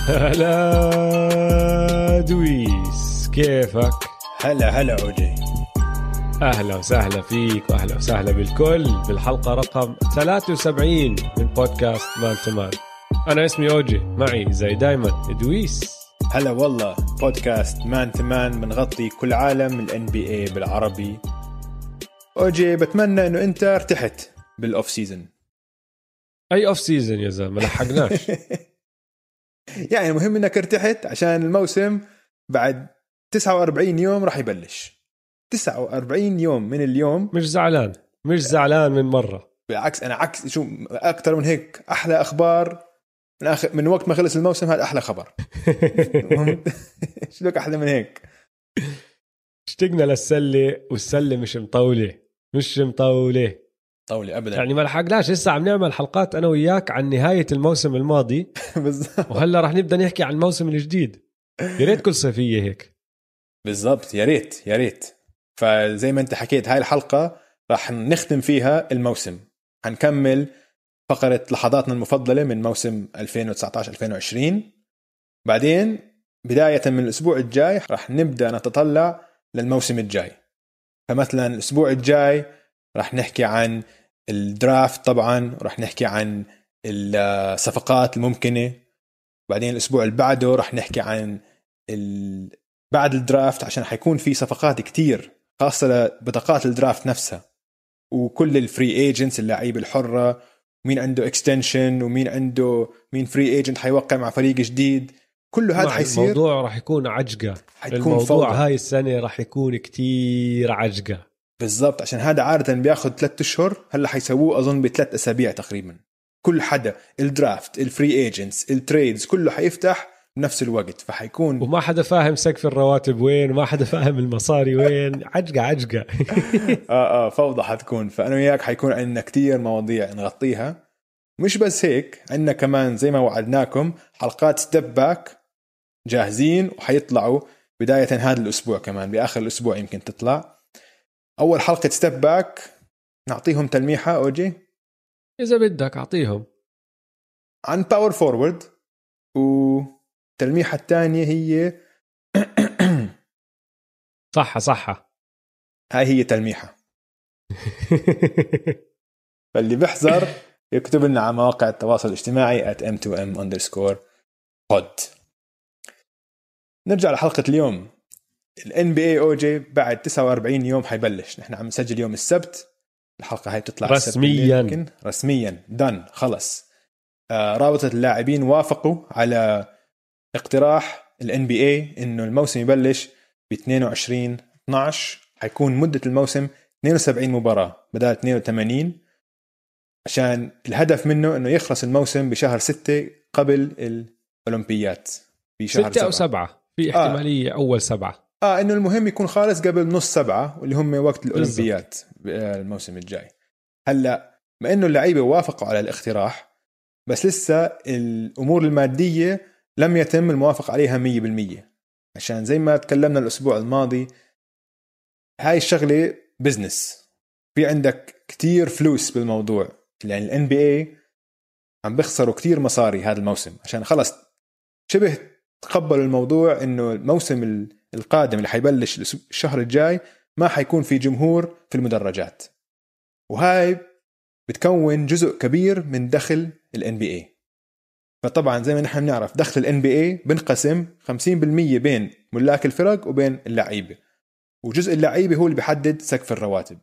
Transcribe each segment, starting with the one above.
هلا دويس، كيفك؟ هلا أوجي. أهلا وسهلا فيك وأهلا وسهلا بالكل بالحلقة رقم 73 من بودكاست مان تمان. أنا اسمي أوجي، معي زي دايما دويس. هلا والله، بودكاست مان تمان بنغطي كل عالم ال NBA بالعربي. أوجي، بتمنى إنه أنت ارتحت بالأوف سيزن. أي أوف سيزن يا زلمة؟ ملحقناش. يعني مهم إنك ارتحت عشان الموسم بعد 49 يوم راح يبلش. 49 يوم من اليوم. مش زعلان من مرة. بالعكس، أنا عكس، شو أكتر من هيك أحلى أخبار من وقت ما خلص الموسم. هذا أحلى خبر. شو لك أحلى من هيك؟ اشتقنا للسلة، والسلة مش مطولة طولي أبدا. يعني ما لحقناش لسه عم نعمل حلقات أنا وياك عن نهاية الموسم الماضي. بالضبط. وهلا رح نبدأ نحكي عن الموسم الجديد. يا ريت كل صيفية هيك. بالضبط، يا ريت. فزي ما انت حكيت، هاي الحلقة راح نختم فيها الموسم. هنكمل فقرة لحظاتنا المفضلة من موسم 2019-2020. بعدين بداية من الأسبوع الجاي راح نبدأ نتطلع للموسم الجاي. فمثلا الأسبوع الجاي راح نحكي عن الدرافت، طبعا راح نحكي عن الصفقات الممكنة. بعدين الأسبوع اللي بعده راح نحكي عن بعد الدرافت، عشان حيكون في صفقات كتير خاصة بطاقات الدرافت نفسها، وكل الفري ايجنتس، اللاعب الحرة، مين عنده اكستنشن مين فري ايجنت حيوقع مع فريق جديد. كله هذا حيصير. الموضوع راح يكون عجقة. الموضوع فوضى. هاي السنة راح يكون كتير عجقة. بالضبط، عشان هذا عادة بياخد 3 أشهر. هلا حيسووه أظن ب3 أسابيع تقريبا. كل حدا، الدرافت، الفري ايجنتس، التريدز، كله حيفتح بنفس الوقت. فحيكون وما حدا فاهم سقف الرواتب وين، وما حدا فاهم المصاري وين. عجقة. فوضى حتكون. فأنا وياك حيكون عندنا كتير مواضيع نغطيها. مش بس هيك، عندنا كمان زي ما وعدناكم حلقات ستيب باك جاهزين، وحيطلعوا بداية هذا الأسبوع، كمان بآخر الأسبوع يمكن تطلع أول حلقة ستيب باك. نعطيهم تلميحة أوجي إذا بدك أعطيهم عن باور فورورد، والتلميحة الثانية هي صح. هاي هي تلميحة. فاللي بيحضر يكتب لنا على مواقع التواصل الاجتماعي @m2m_pod. نرجع لحلقة اليوم. ال NBA أوجي بعد 49 يوم حيبلش. نحن عم نسجل يوم السبت، الحلقة هاي بتطلع رسميا دان خلص. رابطة اللاعبين وافقوا على اقتراح ال NBA إنه الموسم يبلش ب 22/12. حيكون مدة الموسم 72 مباراة بدل 82، عشان الهدف منه إنه يخلص الموسم بشهر 6 قبل الأولمبيات بشهر 6 أو 7. في احتمالية أول 7. إنه المهم يكون خالص قبل نص 7، واللي هم وقت الأولمبيات الموسم الجاي. هلأ ما إنه اللعيبة وافقوا على الاقتراح، بس لسه الأمور المادية لم يتم الموافقة عليها 100%. عشان زي ما تكلمنا الأسبوع الماضي، هاي الشغلة بزنس، في عندك كتير فلوس بالموضوع. لأن ال NBA عم بيخسروا كتير مصاري هذا الموسم، عشان خلص شبه تقبلوا الموضوع إنه الموسم القادم اللي حيبلش الشهر الجاي ما حيكون في جمهور في المدرجات. وهاي بتكون جزء كبير من دخل ال NBA. فطبعا زي ما نحن بنعرف دخل ال NBA بنقسم 50% بين ملاك الفرق وبين اللعيبة، وجزء اللعيبة هو اللي بيحدد سقف الرواتب.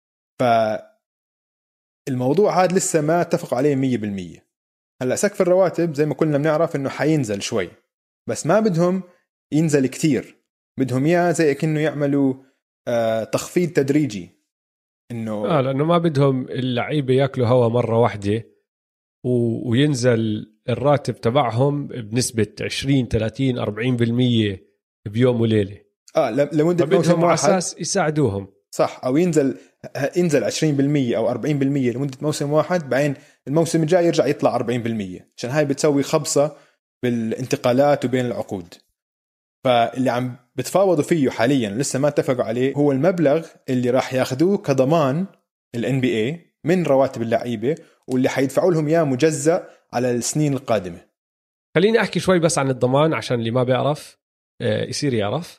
فالموضوع هذا لسه ما اتفقوا عليه 100%. هلأ سقف الرواتب زي ما كلنا بنعرف إنه حينزل شوي، بس ما بدهم ينزل كتير. بدهم إياه زي كأنه يعملوا تخفيض تدريجي، إنه لأنه ما بدهم اللعيبة يأكلوا هوا مرة واحدة وينزل الراتب تبعهم بنسبة 20 30 40% بيوم وليلة. لمدة موسم واحد، أساس يساعدوهم. صح. أو ينزل 20% أو 40% لمدة موسم واحد، بعدين الموسم الجاي يرجع يطلع 40%، عشان هاي بتسوي خبصة بالانتقالات وبين العقود. فاللي عم بتفاوضوا فيه حاليا لسه ما اتفقوا عليه هو المبلغ اللي راح ياخدوه كضمان ال NBA من رواتب اللعيبة، واللي حيدفعوا لهم إياه مجزأ على السنين القادمة. خليني أحكي شوي بس عن الضمان عشان اللي ما بيعرف يصير يعرف.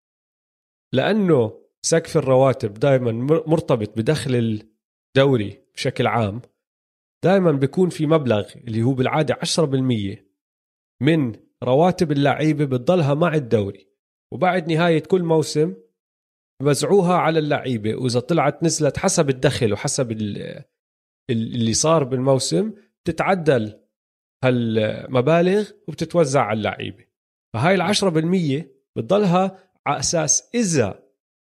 لأنه سقف الرواتب دائما مرتبط بدخل الدوري بشكل عام، دائما بيكون في مبلغ اللي هو بالعادة 10% من رواتب اللعيبة بتضلها مع الدوري، وبعد نهاية كل موسم بوزعوها على اللعيبة، وإذا طلعت نزلت حسب الدخل وحسب اللي صار بالموسم تتعدل هالمبالغ وبتتوزع على اللعيبة. فهاي 10% بتضلها على أساس إذا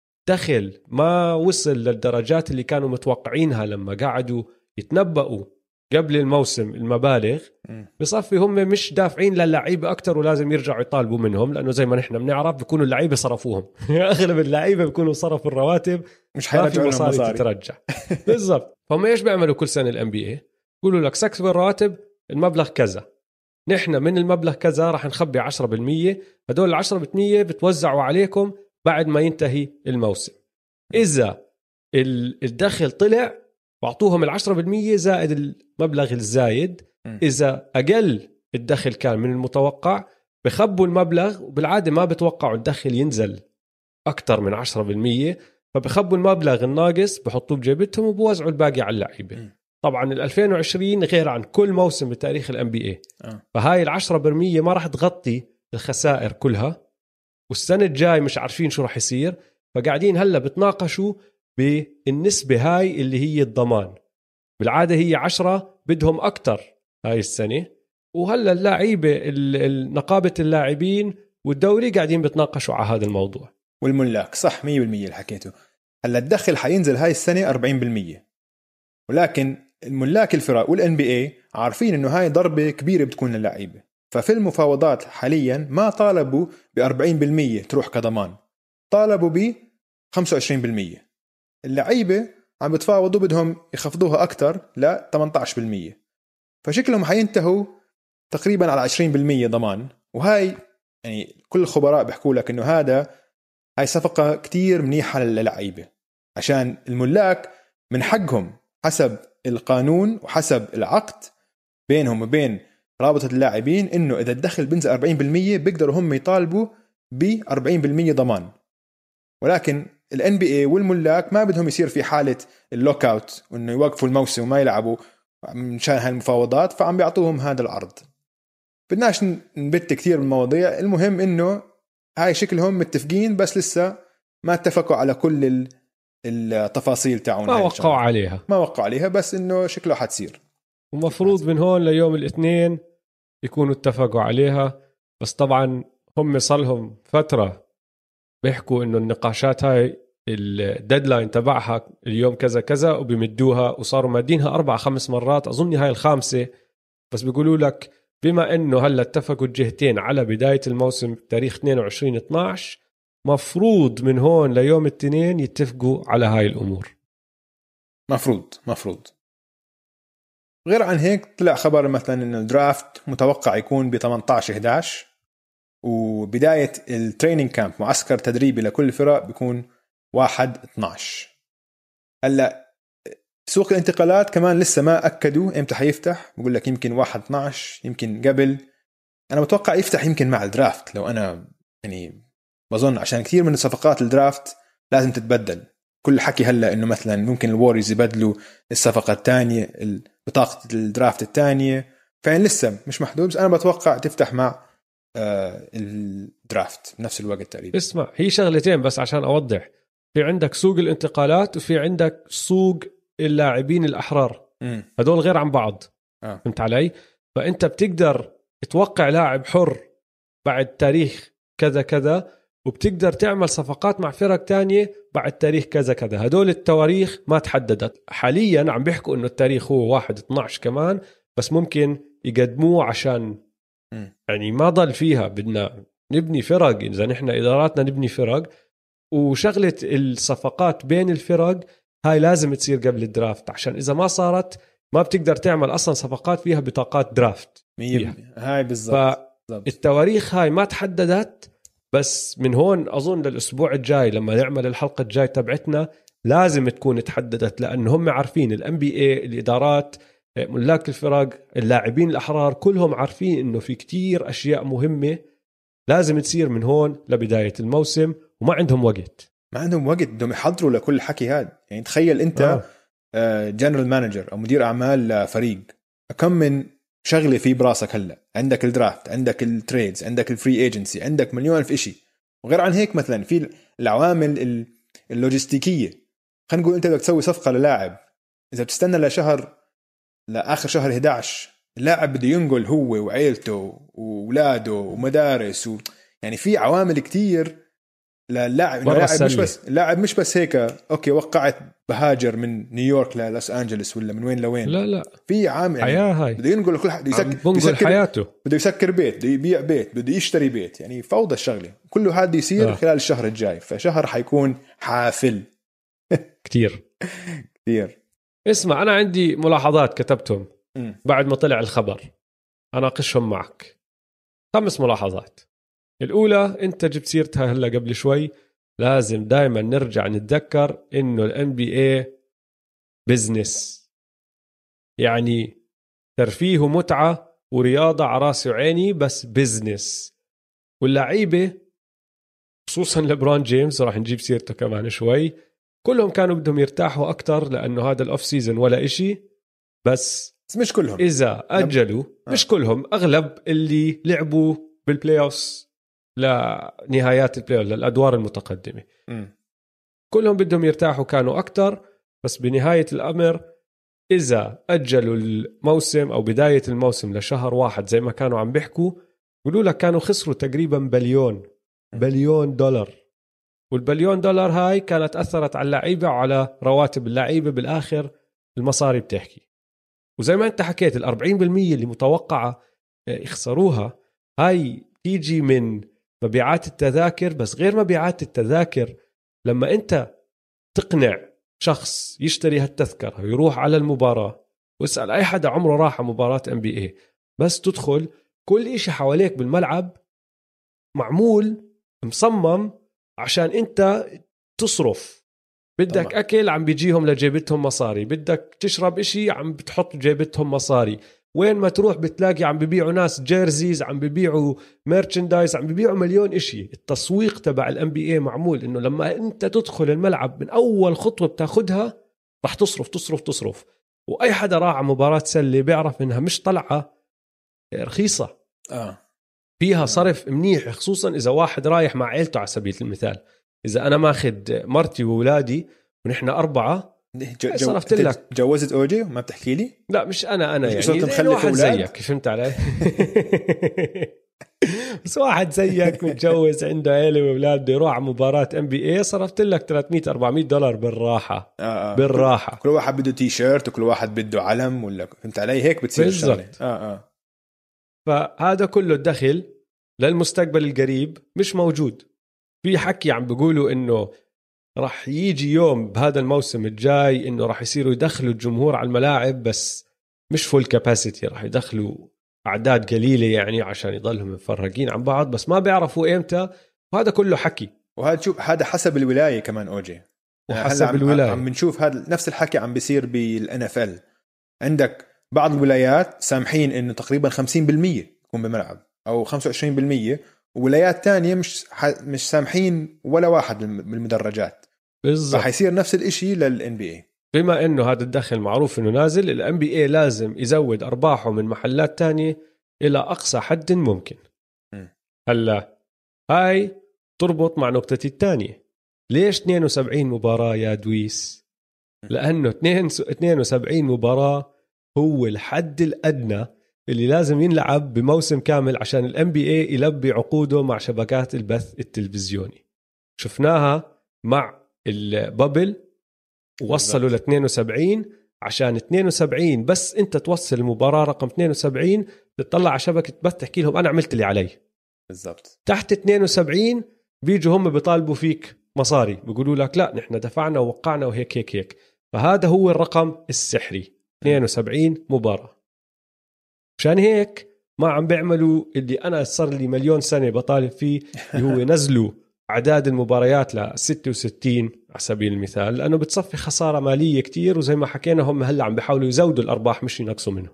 دخل ما وصل للدرجات اللي كانوا متوقعينها لما قاعدوا يتنبؤوا قبل الموسم المبالغ، بصفي هم مش دافعين للعيبة أكتر ولازم يرجعوا يطالبوا منهم، لأنه زي ما نحن بنعرف بيكونوا اللعيبة صرفوهم أغلب اللعيبة بيكونوا صرفوا الرواتب، مش حيرجعوا لهم مصاري تترجع. بالضبط. فهم إيش بيعملوا كل سنة الNBA؟ يقولوا لك سقف الرواتب المبلغ كذا، نحن من المبلغ كذا راح نخبي 10%، هدول 10% بتوزعوا عليكم بعد ما ينتهي الموسم. إذا الدخل طلع بعطوهم 10% زائد المبلغ الزايد، إذا أقل الدخل كان من المتوقع بخبوا المبلغ، وبالعادة ما بتوقعوا الدخل ينزل أكتر من 10%، فبخبوا المبلغ الناقص بحطوه بجيبتهم وبوزعوا الباقي على اللعيبة. طبعا 2020 غير عن كل موسم بتاريخ الNBA، فهاي 10% ما راح تغطي الخسائر كلها، والسنة الجاي مش عارفين شو راح يصير، فقاعدين هلا بتناقشوا بالنسبة هاي اللي هي الضمان. بالعادة هي 10، بدهم أكتر هاي السنة، وهلا اللاعيبة نقابة اللاعبين والدوري قاعدين بتناقشوا على هذا الموضوع. والملاك صح 100% اللي حكيته. هلا الدخل حينزل هاي السنة 40%، ولكن الملاك الفرق والNBA عارفين إنه هاي ضربة كبيرة بتكون للاعيبة، ففي المفاوضات حاليا ما طالبوا ب40% تروح كضمان، طالبوا ب 25%. اللعيبة عم بتفاوضوا بدهم يخفضوها أكتر ل 18%، فشكلهم حينتهوا تقريبا على 20% ضمان. وهاي يعني كل الخبراء بيحكوا لك إنه هاي صفقة كتير منيحة للعيبة، عشان الملاك من حقهم حسب القانون وحسب العقد بينهم وبين رابطة اللاعبين إنه إذا الدخل بنزل 40% بيقدروا هم يطالبوا ب 40% ضمان. ولكن الNBA والملاك ما بدهم يصير في حالة اللوك اوت وإنه يوقفوا الموسم وما يلعبوا مشان هاي المفاوضات، فعم بيعطوهم هذا العرض. بدناش نبت كتير بالمواضيع، المهم إنه هاي شكلهم متفقين، بس لسه ما اتفقوا على كل التفاصيل تاعون، ما وقعوا عليها بس إنه شكله حتصير، ومفروض من هون ليوم الاثنين يكونوا اتفقوا عليها. بس طبعا هم صلهم فترة بيحكوا إنه النقاشات هاي الديدلاين تبعها اليوم كذا كذا، وبيمدوها، وصاروا مادينها 4-5 مرات، أظن هاي الخامسة. بس بيقولوا لك بما إنه هلا اتفقوا الجهتين على بداية الموسم تاريخ 22/12، مفروض من هون ليوم الاثنين يتفقوا على هاي الأمور. مفروض. غير عن هيك طلع خبر مثلا إن الدرافت متوقع يكون ب18/11، وبداية التريننج كامب معسكر تدريبي لكل الفرق بيكون 1/12. هلا سوق الانتقالات كمان لسه ما أكدوا إمتى حيفتح، بقول لك يمكن 1/12 يمكن قبل. أنا متوقع يفتح يمكن مع الدرافت، لو أنا يعني بظن، عشان كثير من الصفقات الدرافت لازم تتبدل. كل حكي هلا إنه مثلا ممكن الواريز يبدلوا الصفقة الثانية، بطاقة الدرافت الثانية، فين لسه مش محدود. بس أنا بتوقع تفتح مع الدرافت بنفس الوقت تقريبا. اسمع، هي شغلتين بس عشان أوضح، في عندك سوق الانتقالات وفي عندك سوق اللاعبين الأحرار، هدول غير عن بعض. فهمت علي؟ فأنت بتقدر توقع لاعب حر بعد تاريخ كذا كذا، وبتقدر تعمل صفقات مع فرق تانية بعد تاريخ كذا كذا. هدول التواريخ ما تحددت حاليا، عم بيحكوا إنه التاريخ هو 1/12 كمان، بس ممكن يقدموه عشان يعني ما ضل فيها. بدنا نبني فرق، إذا نحن إداراتنا نبني فرق، وشغلة الصفقات بين الفرق هاي لازم تصير قبل الدرافت، عشان إذا ما صارت ما بتقدر تعمل أصلا صفقات فيها بطاقات درافت فيها. هاي بالضبط. فالتواريخ هاي ما تحددت، بس من هون أظن للأسبوع الجاي لما نعمل الحلقة الجاي تبعتنا لازم تكون تحددت، لأن هم عارفين الNBA الإدارات ملاك الفرق، اللاعبين الأحرار، كلهم عارفين إنه في كتير أشياء مهمة لازم تصير من هون لبداية الموسم، وما عندهم وقت. ما عندهم وقت، بدهم يحضروا لكل الحكي هذا. يعني تخيل أنت جنرال مانجر أو مدير أعمال لفريق، كم من شغلة في براسك هلأ. عندك الدرافت، عندك التريدز، عندك الفري ايجنسي، عندك مليون ألف إشي. وغير عن هيك مثلا في العوامل اللوجستيكية. خلينا نقول أنت بدك تسوي صفقة للاعب، إذا بتستنى لشهر، لآخر شهر 11 اللاعب بده ينقل هو وعيلته وولاده ومدارس يعني في عوامل كتير للاعب. اللاعب مش بس هيك اوكي وقعت بهاجر من نيويورك للوس انجلوس ولا من وين لوين. لا في عامل يعني بده ينقل كل حد، يسكر حياته، بده يسكر بيت، بده يبيع بيت، بده يشتري بيت. يعني فوضى الشغله. كله هذا يصير خلال الشهر الجاي، فشهر حيكون حافل كتير. اسمع، أنا عندي ملاحظات كتبتهم بعد ما طلع الخبر، أناقشهم معك. 5 ملاحظات. الأولى أنت جبت سيرتها هلا قبل شوي، لازم دايما نرجع نتذكر إنه NBA بزنس، يعني ترفيه ومتعة ورياضة على راسي وعيني، بس بزنس. واللعيبة خصوصا لبرون جيمس، راح نجيب سيرته كمان شوي، كلهم كانوا بدهم يرتاحوا أكتر لأنه هذا الأوف سيزن ولا إشي. بس مش كلهم، إذا أجلوا مش كلهم، أغلب اللي لعبوا بالبلاي أوفس لنهايات البلاي أوف للأدوار المتقدمة كلهم بدهم يرتاحوا كانوا أكتر. بس بنهاية الأمر إذا أجلوا الموسم أو بداية الموسم لشهر 1 زي ما كانوا عم بيحكوا، يقولوا لك كانوا خسروا تقريبا بليون دولار. والبليون دولار هاي كانت أثرت على اللعيبة وعلى رواتب اللعيبة. بالآخر المصاري بتحكي. وزي ما أنت حكيت 40% اللي متوقعة يخسروها هاي تيجي من مبيعات التذاكر. بس غير مبيعات التذاكر، لما أنت تقنع شخص يشتري هالتذكرة ويروح على المباراة، واسأل أي حدا عمره راح مباراة NBA، بس تدخل كل إشي حواليك بالملعب معمول مصمم عشان أنت تصرف. بدك طبعا. أكل عم بيجيهم لجيبتهم مصاري، بدك تشرب إشي عم بتحط جيبتهم مصاري، وين ما تروح بتلاقي عم بيبيعوا ناس جيرزيز، عم بيبيعوا ميرشندايز، عم بيبيعوا مليون إشي. التسويق تبع الNBA معمول إنه لما أنت تدخل الملعب من أول خطوة بتاخدها رح تصرف. وأي حدا راح على مباراة سلة بيعرف إنها مش طلعة رخيصة، فيها صرف منيح، خصوصا إذا واحد رايح مع عيلته. على سبيل المثال إذا أنا ماخد مرتي وولادي ونحن 4، صرفت لك. جوزت أوجي وما بتحكي لي؟ لا مش أنا يعني زي واحد زيك، فهمت علي؟ بس واحد زيك متجوز عنده عيلة وأولاد بده يروح على مباراة NBA، صرفت لك $300-400 بالراحة. بالراحة. كل واحد بده تي شيرت وكل واحد بده علم ولا، فهمت علي؟ هيك بتصير الشغلة. فهذا كله الدخل للمستقبل القريب مش موجود. في حكي عم بيقولوا إنه رح يجي يوم بهذا الموسم الجاي إنه رح يصيروا يدخلوا الجمهور على الملاعب، بس مش فول كاباسيتي، رح يدخلوا أعداد قليلة يعني عشان يضلهم مفرقين عن بعض، بس ما بيعرفوا إمتى. وهذا كله حكي. وهذا شوف، هذا حسب الولاية كمان أوجي، وحسب الولاية عم بنشوف هذا نفس الحكي عم بيصير بالNFL. عندك بعض الولايات سامحين إنه تقريبا 50% يكون بملعب أو 25%، وولايات تانية مش سامحين ولا واحد بالمدرجات. بالضبط. فحيصير نفس الاشي للNBA. بما انه هذا الدخل معروف انه نازل، الNBA لازم يزود ارباحه من محلات تانية الى اقصى حد ممكن. هلا هاي تربط مع نقطتي الثانية. ليش 72 مباراة يا دويس؟ لانه 72 مباراة هو الحد الادنى اللي لازم ينلعب بموسم كامل عشان الNBA يلبي عقوده مع شبكات البث التلفزيوني. شفناها مع البابل ووصلوا ل 72 عشان 72 بس انت توصل المباراة رقم 72 تطلع على شبكة بث تحكي لهم انا عملت اللي علي. بالضبط. تحت 72 بيجوا هم بيطالبوا فيك مصاري، بيقولوا لك لا نحن دفعنا ووقعنا وهيك هيك هيك. فهذا هو الرقم السحري 72 مباراة. مشان هيك ما عم بيعملوا اللي أنا صار لي مليون سنة بطالب فيه، اللي هو نزلوا أعداد المباريات ل 66 على سبيل المثال، لأنه بتصفي خسارة مالية كتير، وزي ما حكينا هم هلأ عم بيحاولوا يزودوا الأرباح مش ينقصوا منه.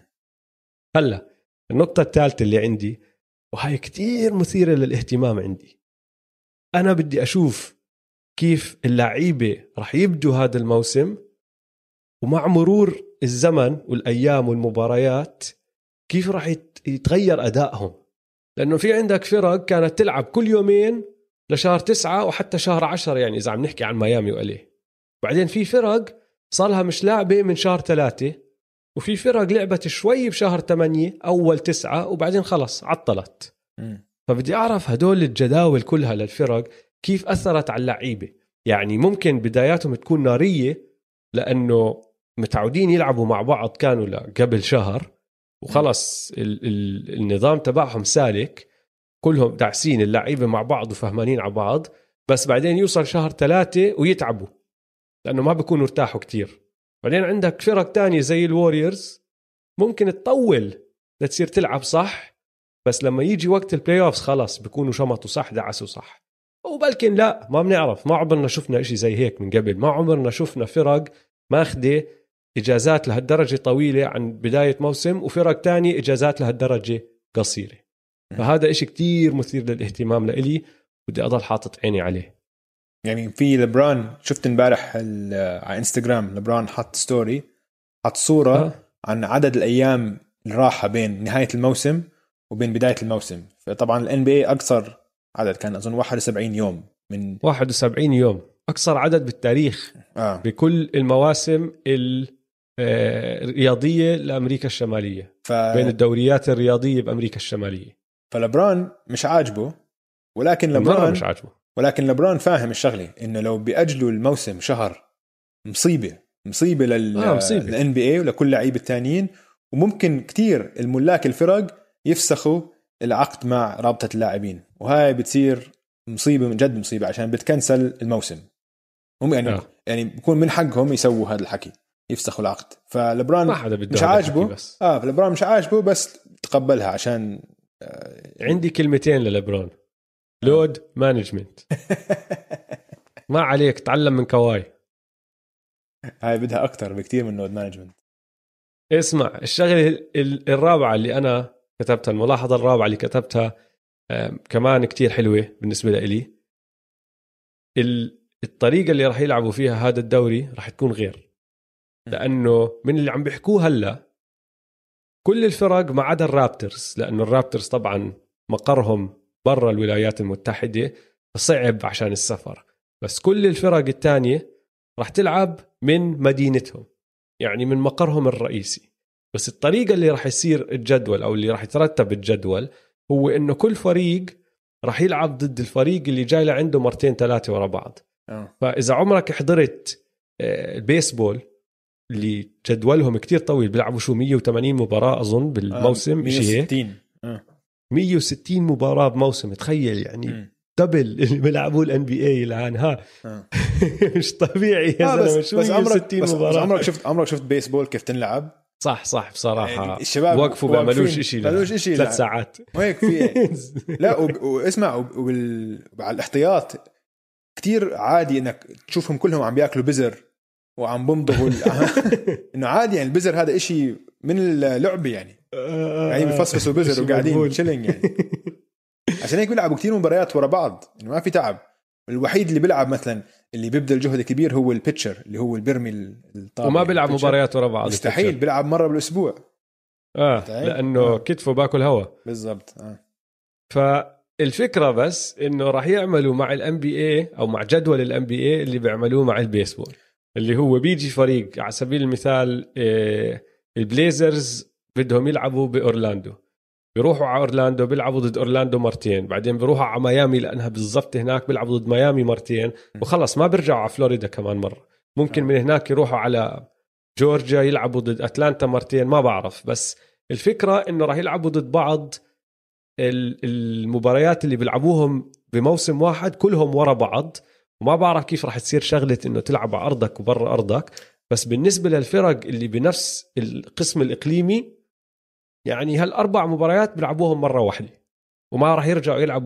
هلأ النقطة الثالثة اللي عندي، وهي كتير مثيرة للاهتمام عندي، أنا بدي أشوف كيف اللعيبة رح يبدوا هذا الموسم، ومع مرور الزمن والأيام والمباريات كيف رح يتغير أدائهم. لأنه في عندك فرق كانت تلعب كل يومين لشهر 9 وحتى شهر 10، يعني إذا عم نحكي عن ميامي وإليه. بعدين في فرق صارها مش لاعبة من شهر 3، وفي فرق لعبت شوي بشهر 8 أول 9، وبعدين خلص عطلت. فبدي أعرف هدول الجداول كلها للفرق كيف أثرت على اللعيبة. يعني ممكن بداياتهم تكون نارية لأنه متعودين يلعبوا مع بعض كانوا قبل شهر، وخلص النظام تبعهم سالك، كلهم داعسين اللعيبة مع بعض وفهمانين على بعض. بس بعدين يوصل شهر 3 ويتعبوا لأنه ما بيكونوا ارتاحوا كتير. بعدين عندك فرق تانية زي الواريورز ممكن تطول لتصير تلعب صح، بس لما يجي وقت البلاي اوفز خلاص بيكونوا شمطوا صح، دعسوا صح. وبلكن لا، ما بنعرف، ما عمرنا شفنا إشي زي هيك من قبل. ما عمرنا شفنا فرق ماخده إجازات لهالدرجة طويلة عن بداية موسم، وفرق تانية إجازات لهالدرجة قصيرة. فهذا إشي كتير مثير للاهتمام لإلي، بدي أضل حاطط عيني عليه. يعني في لبران، شفت امبارح على انستغرام لبران حط ستوري، حط صورة عن عدد الأيام الراحة بين نهاية الموسم وبين بداية الموسم. فطبعا ال NBA أقصر عدد كان أظن 71 يوم، من 71 يوم أقصر عدد بالتاريخ بكل المواسم الرياضية لأمريكا الشمالية، بين الدوريات الرياضية بأمريكا الشمالية. فلبران مش عاجبه، ولكن لبران فاهم الشغلة إنه لو بيأجلوا الموسم شهر مصيبة لل NBA ولكل لعيبة التانيين، وممكن كتير الملاك الفرق يفسخوا العقد مع رابطة اللاعبين، وهاي بتصير مصيبة من جد مصيبة، عشان بتكنسل الموسم. هم يعني بيكون من حقهم يسووا هذا الحكي، يفسخوا العقد. فلبران مش عاجبه، فلبران مش عاجبه، بس تقبلها عشان عندي كلمتين للبران: لود مانجمنت. ما عليك، تعلم من كواي. هاي بدها أكتر بكتير من لود مانجمنت. اسمع الشغلة الرابعة اللي أنا كتبتها، الملاحظة الرابعة اللي كتبتها كمان كتير حلوة بالنسبة لي. الطريقة اللي راح يلعبوا فيها هذا الدوري راح تكون غير، لأنه من اللي عم بيحكوه هلا كل الفرق ما عدا الرابترز، لأنه الرابترز طبعا مقرهم برا الولايات المتحدة فصعب عشان السفر، بس كل الفرق التانية راح تلعب من مدينتهم، يعني من مقرهم الرئيسي. بس الطريقة اللي راح يصير الجدول أو اللي راح يترتب الجدول هو إنه كل فريق راح يلعب ضد الفريق اللي جاي له مرتين 3 ورا بعض. فإذا عمرك حضرت البيسبول اللي جدولهم كتير طويل، بيلعبوا 180 مباراة أظن بالموسم، 160 160 مباراة بموسم. تخيل يعني دبل اللي بيلعبوا ال NBA الآن. مش طبيعي يا زلمة. شو 160 مباراة؟ عمرك شفت بيسبول كيف تنلعب؟ صح بصراحة يعني الشباب وقفوا بيعملوش إشي 3 ساعات وهيك في لا واسمع وعلى الاحتياط كتير عادي انك تشوفهم كلهم عم بياكلوا بزر وعم بمضغوا انه عادي، يعني البزر هذا إشي من اللعبة، يعني بيفصفصوا بزر وقاعدين تشيلينج يعني. عشان هيك بيلعبوا كتير مباريات ورا بعض، انه ما في تعب. الوحيد اللي بيلعب مثلا اللي بيبذل جهد كبير هو البيتشر اللي هو اللي بيرمي الطابة، وما بيلعب مباريات ورا بعض، مستحيل. بيلعب مرة بالأسبوع لأنه كتفه باكل هوا بالضبط. فالفكرة بس إنه راح يعملوا مع ال NBA أو مع جدول ال NBA اللي بيعملوه مع البيسبول، اللي هو بيجي فريق على سبيل المثال البليزرز بدهم يلعبوا بأورلاندو، بيروحوا على أورلاندو بيلعبوا ضد أورلاندو مرتين، بعدين بيروحوا على ميامي لأنها بالضبط هناك بيلعبوا ضد ميامي مرتين، وخلص ما بيرجعوا على فلوريدا كمان مرة. ممكن من هناك يروحوا على جورجيا يلعبوا ضد أتلانتا مرتين، ما بعرف. بس الفكرة إنه راح يلعبوا ضد بعض المباريات اللي بيلعبوهم بموسم واحد كلهم ورا بعض، وما بعرف كيف راح تصير شغلة إنه تلعب على أرضك وبرا أرضك. بس بالنسبة للفرق اللي بنفس القسم الإقليمي، يعني هال4 مباريات بيلعبوهم مرة واحدة وما راح يرجعوا يلعبوا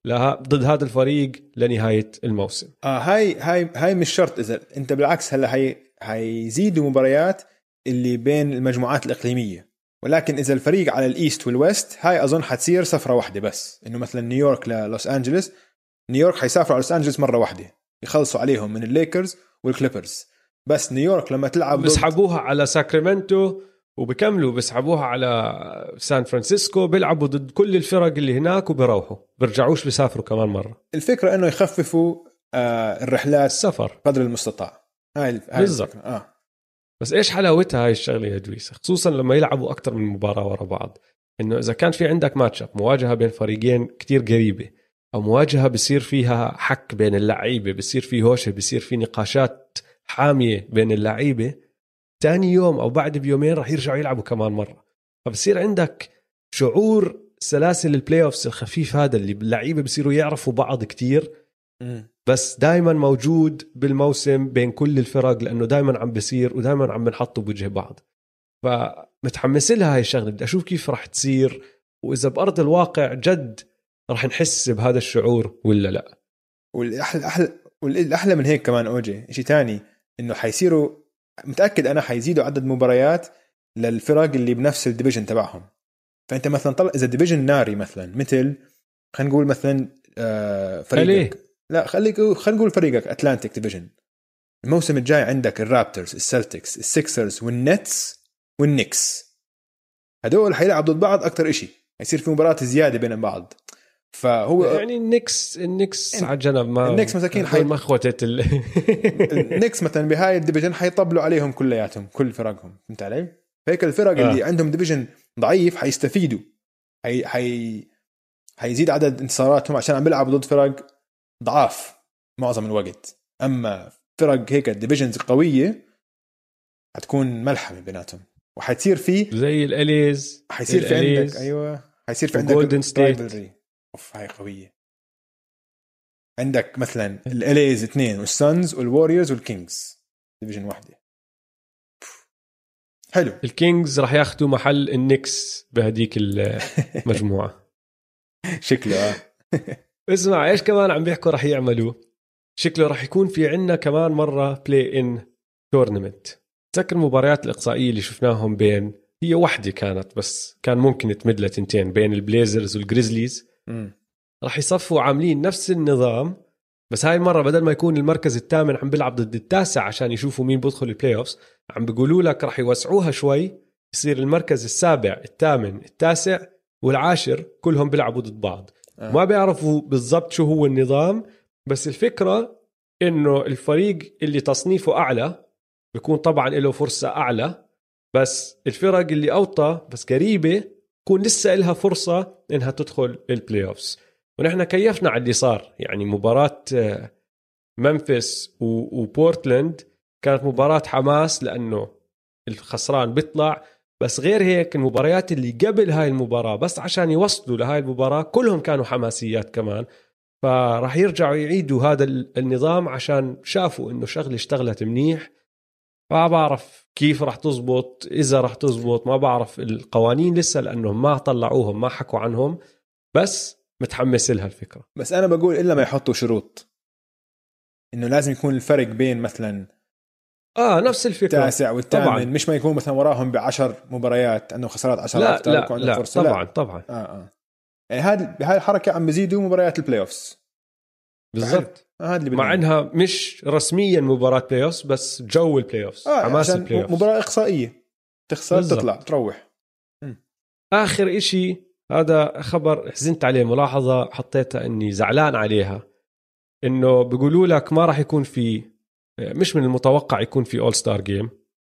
ضد هذا الفريق لنهاية الموسم. هاي مش شرط. إذا أنت بالعكس هلا هيزيدوا مباريات اللي بين المجموعات الإقليمية، ولكن إذا الفريق على الإيست والويست هاي أظن حتصير سفرة واحدة بس. إنه مثلا نيويورك للوس أنجلس، نيويورك حيسافروا على لوس أنجلس مرة واحدة يخلصوا عليهم من الليكرز والكليبرز. بس نيويورك لما تلعب بيسحبوها على ساكرامنتو وبكملوا بيسحبوها على سان فرانسيسكو، بيلعبوا ضد كل الفرق اللي هناك وبيروحوا بيرجعوش بيسافروا كمان مرة. الفكرة إنه يخففوا الرحلات السفر قدر المستطاع. هاي بالضبط. بس إيش حلاوتها هاي الشغلة يا دويس، خصوصا لما يلعبوا أكتر من مباراة ورا بعض، إنه إذا كان في عندك ماتشاب مواجهة بين فريقين كتير قريبة، أو مواجهة بصير فيها حك بين اللعيبة، بصير في هوشة، بصير في نقاشات حامية بين اللعيبة، تاني يوم أو بعد بيومين رح يرجعوا يلعبوا كمان مرة. فبصير عندك شعور سلاسل البلاي أوفس الخفيف هذا اللي اللعيبة بصيروا يعرفوا بعض كتير، بس دايما موجود بالموسم بين كل الفرق، لأنه دايما عم بصير ودايما عم بنحطوا بوجه بعض. فمتحمس لها هاي الشغلة، بدي أشوف كيف رح تصير، وإذا بأرض الواقع جد رح نحس بهذا الشعور ولا لا. والأحلى من هيك كمان أوجي إشي تاني، إنه حيصيروا متأكد أنا حيزيدوا عدد مباريات للفرق اللي بنفس الديفيجن تبعهم. فأنت مثلا طلع إذا ديفيجن ناري مثلا، مثل خلينا نقول مثلا فريقك لا خلينا نقول فريقك أتلانتيك ديفيجن، الموسم الجاي عندك الرابترز، السلتكس، السيكسرز والنتس والنيكس، هدول حيلعبوا ضد بعض أكتر إشي، هيصير في مباراة زيادة بين بعض. فهو يعني النكس على جنب، ما النكس مساكين مخوتة النكس مثلا بهاي الديفيجن حيطبلوا عليهم كلياتهم كل فرقهم، فهمت علي؟ فهيك الفرق اللي عندهم ديفيجن ضعيف حيستفيدوا، حيزيد عدد انتصاراتهم عشان عم بيلعبوا ضد فرق ضعاف معظم الوقت. اما فرق هيك الديفيجنز قوية هتكون ملحمة بيناتهم، وحتصير في زي الاليز، حيصير في عندك حيصير في عندك جولدن ستيت. هاي قوية. عندك مثلا الاليز 2 والسانز والواريورز والكينجز ديفيجن واحدة. حلو. الكينجز راح ياخدوا محل النكس بهديك المجموعة شكله اسمع ايش كمان عم بيحكوا راح يعملوا، شكله راح يكون في عنا كمان مرة بلاي ان تورنمنت. تذكر المباريات الإقصائية اللي شفناهم بين، هي واحدة كانت بس كان ممكن تمد لتنتين، بين البليزرز والجريزليز. راح يصفوا عاملين نفس النظام، بس هاي المرة بدل ما يكون المركز الثامن عم بيلعب ضد التاسع عشان يشوفوا مين بيدخل البلاي أوفس، عم بيقولوا لك راح يوسعوها شوي، يصير المركز السابع، الثامن، التاسع والعاشر كلهم بيلعبوا ضد بعض. ما بيعرفوا بالضبط شو هو النظام، بس الفكرة إنه الفريق اللي تصنيفه أعلى بيكون طبعا له فرصة أعلى، بس الفرق اللي أوطى بس قريبة يكون لسه لها فرصة إنها تدخل البلاي أوفس. ونحن كيفنا على اللي صار، يعني مباراة ممفيس وبورتلاند كانت مباراة حماس لأنه الخسران بيطلع، بس غير هيك المباريات اللي قبل هاي المباراة بس عشان يوصلوا لهاي المباراة كلهم كانوا حماسيات كمان. فراح يرجعوا يعيدوا هذا النظام عشان شافوا إنه شغلة اشتغلت منيح. ما بعرف كيف راح تزبط، إذا راح تزبط ما بعرف، القوانين لسه لأنهم ما طلعوهم ما حكوا عنهم، بس متحمس لها الفكرة. بس أنا بقول إلا ما يحطوا شروط إنه لازم يكون الفرق بين مثلا نفس الفكرة التاسع والثامن طبعاً. مش ما يكون مثلا وراهم ب10 مباريات أنه خسارات 10 لا فرصة. طبعا لا. طبعا يعني هاي الحركة عم بزيدوا مباريات البلاي أوفس بالضبط. مع انها مش رسميا مباراة بلاي أوفس بس جو البلاي أوفس، حماس البلاي أوفس، مباراة إقصائية تخسر بالزبط. تطلع تروح. آخر إشي هذا خبر حزنت عليه، ملاحظة حطيتها إني زعلان عليها، إنه بيقولوا لك ما راح يكون في، مش من المتوقع يكون في أول ستار جيم،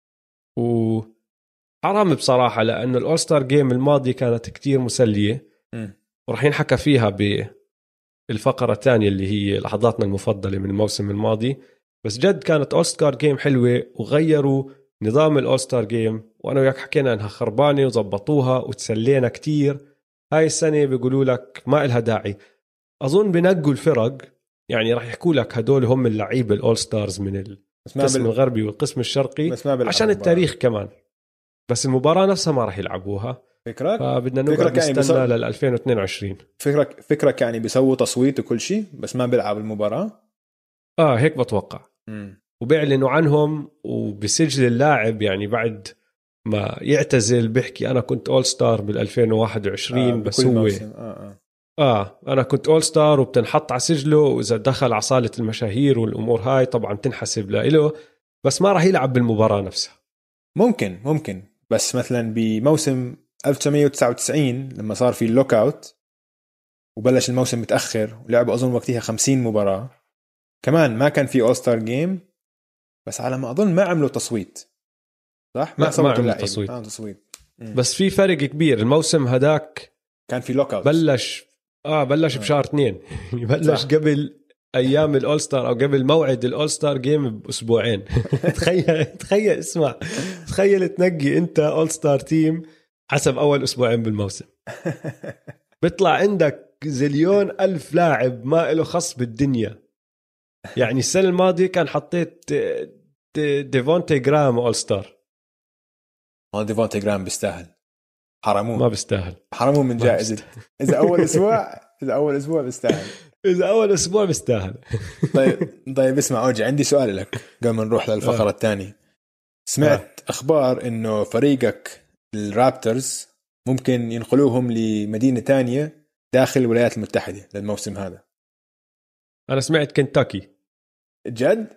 وحرام بصراحة لأنه الأول ستار جيم الماضي كانت كتير مسلية ورح ينحكى فيها بالفقرة الثانية اللي هي لحظاتنا المفضلة من الموسم الماضي. بس جد كانت أول ستار جيم حلوة، وغيروا نظام الأول ستار جيم، وأنا وياك حكينا أنها خربانة وزبطوها وتسلينا كتير. هاي السنة بيقولوا لك ما إلها داعي، أظن بنقوا الفرق، يعني راح يحكوا لك هدول هم اللعيبة الأول ستارز من القسم الغربي والقسم الشرقي عشان التاريخ كمان، بس المباراة نفسها ما راح يلعبوها. فبدنا نقعد نستنى لل 2022. فكرك يعني بيسووا تصويت وكل شيء بس ما بيلعب المباراة. هيك بتوقع. وبيعلنوا عنهم وبسجل اللاعب يعني بعد ما يعتزل بيحكي أنا كنت أول ستار بال 2021 بس هو أنا كنت أول ستار وبتنحط على سجله، وإذا دخل على صالة المشاهير والأمور هاي طبعا تنحسب له، بس ما راح يلعب بالمباراة نفسها. ممكن بس مثلا بموسم 1999 لما صار في اللوك اوت وبلش الموسم متأخر ولعبوا أظن وقتها 50 مباراة كمان ما كان في أول ستار جيم، بس على ما أظن ما عملوا تصويت صح؟ ما عملوا تصويت. بس في فرق كبير. الموسم هداك كان في لوك اوت بلش بشهر 2 بلش قبل ايام الاول ستار او قبل موعد الاول ستار جيم باسبوعين. تخيل اسمع، تخيل تنقي انت اول ستار تيم حسب اول اسبوعين بالموسم. بيطلع عندك زليون ألف لاعب ما له خص بالدنيا. يعني السنة الماضية كان حطيت ديفونتي جرام اول ستار. ديفونتي جرام بيستاهل. حرموه. ما بيستاهل. حرموه من جائزة. إذا أول أسبوع بيستاهل. إذا أول أسبوع بيستاهل. طيب اسمع أوجي، عندي سؤال لك قبل ما نروح للفقرة الثانية. سمعت أخبار إنه فريقك الرابترز ممكن ينقلوهم لمدينة تانية داخل الولايات المتحدة للموسم هذا. أنا سمعت كنتاكي. جد؟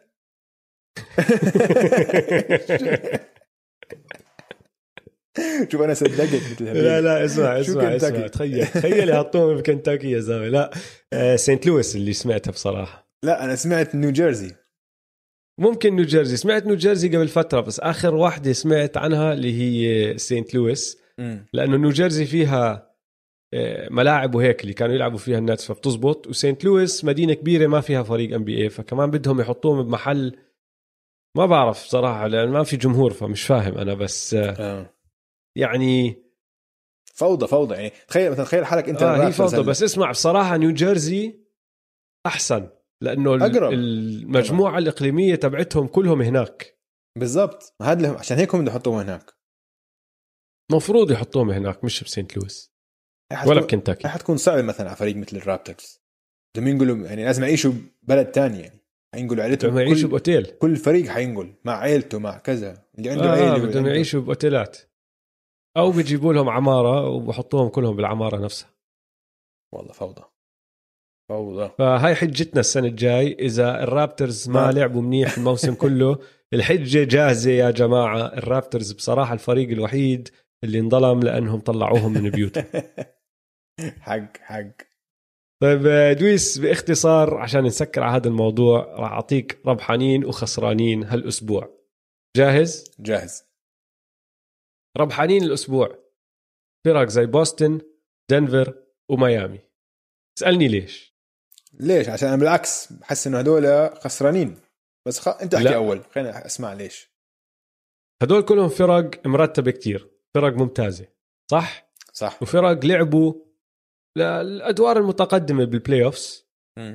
شوف أنا صدقت مثل هذا. لا اسمع تخيل يحطوهم في كنتاكي يا زلمة. لا سانت لويس اللي سمعتها بصراحة. لا أنا سمعت نيوجيرسي. ممكن نيوجيرسي، سمعت نيوجيرسي قبل فترة، بس آخر واحدة سمعت عنها اللي هي سانت لويس. لأنه نيوجيرسي فيها ملاعب وهيك اللي كانوا يلعبوا فيها الناس فبتزبط، وسانت لويس مدينة كبيرة ما فيها فريق NBA، فكمان بدهم يحطوهم بمحل ما بعرف صراحة لأن ما في جمهور، فمش فاهم أنا بس يعني فوضى يعني. تخيل حالك انت هي فوضى. بس اسمع بصراحة نيوجيرسي أحسن لأنه المجموعة الإقليمية تبعتهم كلهم هناك. بالضبط، هذا عشان هيك هم يحطوهم هناك. مفروض يحطوهم هناك مش بسنت لويس ولا بكنتاكي. حتكون صعب مثلا على فريق مثل الرابترز بدهم ينقلوا، يعني لازم يعيشوا ببلد تاني، يعني هينقلوا عائلتهم، يعيشوا بأوتيل. كل فريق حينقل مع عائلته مع كذا اللي عنده عائلة بدهم يعيشوا بأوتيلات أو بيجيبوا لهم عمارة وبحطوهم كلهم بالعمارة نفسها. والله فوضى. فهاي حجتنا السنة الجاي إذا الرابترز ما لعبوا منيح الموسم كله. الحجة جاهزة يا جماعة. الرابترز بصراحة الفريق الوحيد اللي انظلم لأنهم طلعوهم من بيوتهم. حق. طيب دويس، باختصار عشان نسكر على هذا الموضوع راح أعطيك ربحانين وخسرانين هالأسبوع. جاهز. ربحانين الأسبوع فرق زي بوسطن، دنفر وميامي. اسألني ليش؟ عشان أنا بالعكس بحس إنه هدول خسرانين. بس انت احكي اول، خلينا اسمع ليش. هدول كلهم فرق مرتبه كتير، فرق ممتازه صح وفرق لعبوا للادوار المتقدمه بالبلاي اوفس،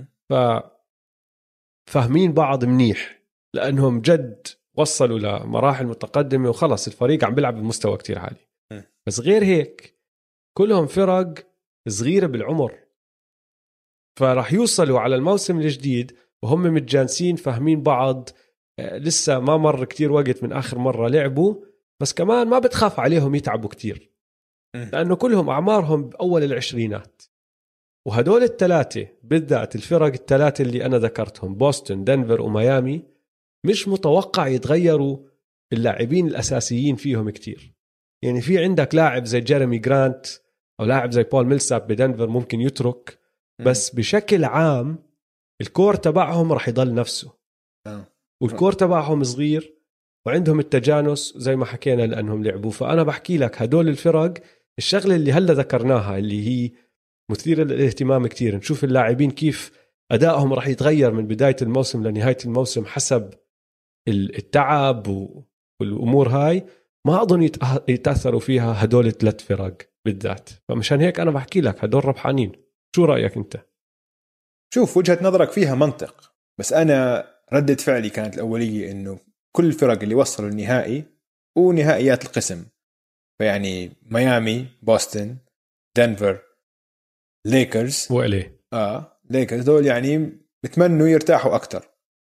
فاهمين بعض منيح لانهم جد وصلوا لمراحل متقدمه وخلص الفريق عم بيلعب بمستوى كتير عالي. بس غير هيك كلهم فرق صغيره بالعمر، فراح يوصلوا على الموسم الجديد وهم متجانسين فاهمين بعض. لسه ما مر كتير وقت من آخر مرة لعبوا، بس كمان ما بتخاف عليهم يتعبوا كتير لأنه كلهم أعمارهم بأول العشرينات. وهدول الثلاثة بالذات الفرق الثلاثة اللي أنا ذكرتهم بوسطن دنفر وميامي مش متوقع يتغيروا اللاعبين الأساسيين فيهم كتير. يعني في عندك لاعب زي جيريمي جرانت أو لاعب زي بول ميلساب بدنفر ممكن يترك، بس بشكل عام الكور تبعهم رح يضل نفسه. والكور تبعهم صغير وعندهم التجانس زي ما حكينا لأنهم لعبوا. فأنا بحكي لك هدول الفرق الشغلة اللي هلا ذكرناها اللي هي مثيرة للاهتمام كتير، نشوف اللاعبين كيف أدائهم رح يتغير من بداية الموسم لنهاية الموسم حسب التعب والأمور هاي. ما أظن يتأثروا فيها هدول الثلاث فرق بالذات. فمشان هيك أنا بحكي لك هدول ربحانين. شو رأيك أنت؟ شوف وجهة نظرك فيها منطق، بس أنا ردة فعلي كانت الأولية إنه كل الفرق اللي وصلوا النهائي ونهائيات القسم فيعني ميامي، بوسطن، دنفر، ليكرز وإليه ليكرز دول يعني بتمنوا يرتاحوا أكتر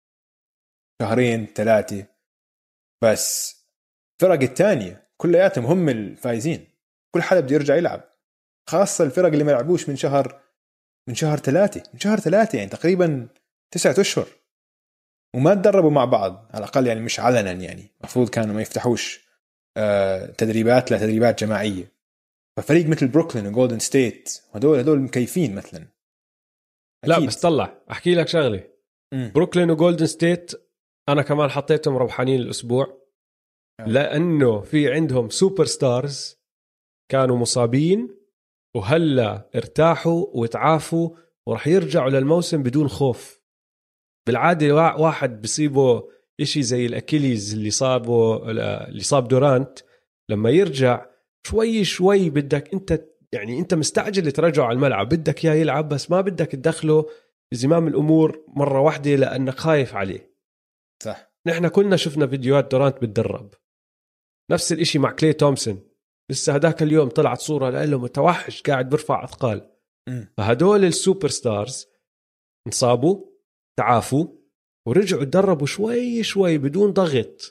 2-3. بس الفرق التانية كلياتهم هم الفايزين، كل حدا بده يرجع يلعب، خاصة الفرق اللي ما لعبوش من شهر 3 يعني تقريبا 9 أشهر وما تدربوا مع بعض على الأقل، يعني مش علنا، يعني مفروض كانوا ما يفتحوش تدريبات جماعية. ففريق مثل بروكلين وجولدن ستيت هدول مكيفين مثلا. أكيد. لا بس طلع أحكي لك شغلة. بروكلين وجولدن ستيت أنا كمان حطيتهم ربحانين الأسبوع لأنه في عندهم سوبر ستارز كانوا مصابين وهلا ارتاحوا وتعافوا ورح يرجعوا للموسم بدون خوف. بالعادة واحد بيصيبه إشي زي الأكيليز اللي صاب دورانت، لما يرجع شوي شوي بدك انت مستعجل ترجعه على الملعب، بدك اياه يلعب بس ما بدك تدخله بزمام الامور مره واحده لانك خايف عليه. صح. نحن كلنا شفنا فيديوهات دورانت بتدرب، نفس الاشي مع كلي تومسون، لسه هداك اليوم طلعت صوره له متوحش قاعد برفع اثقال. فهدول السوبر ستارز انصابوا تعافوا ورجعوا تدربوا شوي شوي بدون ضغط،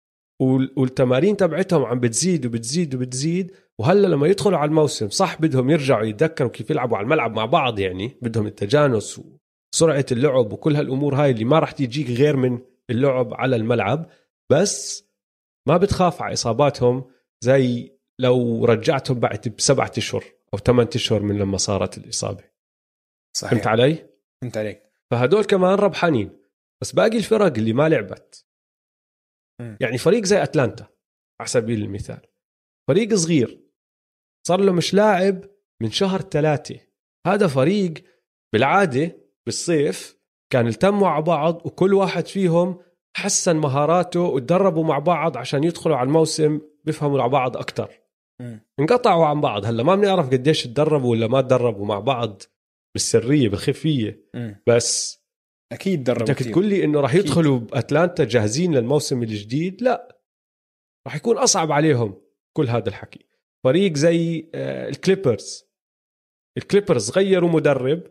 والتمارين تبعتهم عم بتزيد وبتزيد وبتزيد. وهلا لما يدخلوا على الموسم صح بدهم يرجعوا يتذكروا كيف يلعبوا على الملعب مع بعض، يعني بدهم التجانس وسرعة اللعب وكل هالأمور هاي اللي ما رح تيجيك غير من اللعب على الملعب. بس ما بتخاف على إصاباتهم زي لو رجعتهم بعد ب7 أشهر أو 8 أشهر من لما صارت الإصابة. صحيح. فهمت علي؟ فهمت عليك. فهدول كمان ربحانين. بس باقي الفرق اللي ما لعبت، يعني فريق زي أتلانتا على سبيل المثال، فريق صغير صار له مش لاعب من شهر 3. هذا فريق بالعادة بالصيف كان التموا على بعض وكل واحد فيهم حسن مهاراته وتدربوا مع بعض عشان يدخلوا على الموسم بيفهموا على بعض أكتر. انقطعوا عن بعض، هلا ما بنعرف قديش تدربوا ولا ما تدربوا مع بعض بالسرية بالخفية. بس أكيد دربوا بدك تقول لي إنه راح يدخلوا بأتلانتا جاهزين للموسم الجديد؟ لا، راح يكون أصعب عليهم كل هذا الحكي. فريق زي الكليبرز غيروا مدرب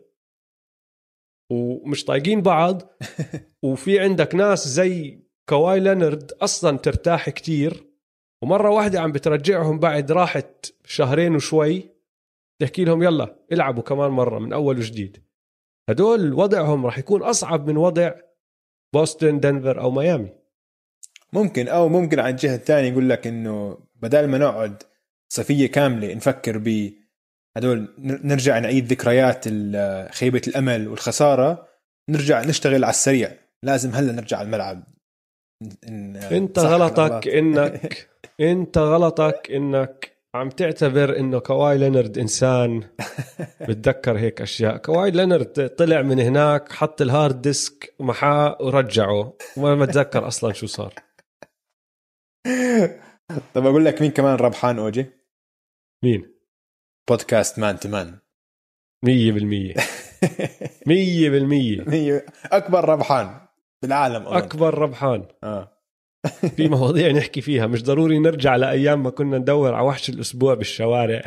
ومش طايقين بعض وفي عندك ناس زي كواي لينارد أصلا ترتاح كتير، ومرة واحدة عم بترجعهم بعد راحت 2 شهر وشوي تحكي لهم يلا العبوا كمان مرة من أول وجديد. هدول وضعهم راح يكون أصعب من وضع بوسطن، دنفر أو ميامي. ممكن عن الجهة الثانية يقول لك إنه بدل ما نقعد صيفية كاملة نفكر هدول نرجع نعيد ذكريات خيبة الأمل والخسارة، نرجع نشتغل على السريع. لازم هلا نرجع على الملعب. انت غلطك انك عم تعتبر انه كواي لينارد انسان بتذكر هيك اشياء. كواي لينارد طلع من هناك حط الهارد ديسك محاه ورجعه وما بتذكر اصلا شو صار. طب اقول لك مين كمان ربحان اوجي؟ مين؟ بودكاست مان تو مان. 100% اكبر ربحان بالعالم أظن. اكبر ربحان. في مواضيع نحكي فيها، مش ضروري نرجع لأيام ما كنا ندور على وحش الأسبوع بالشوارع.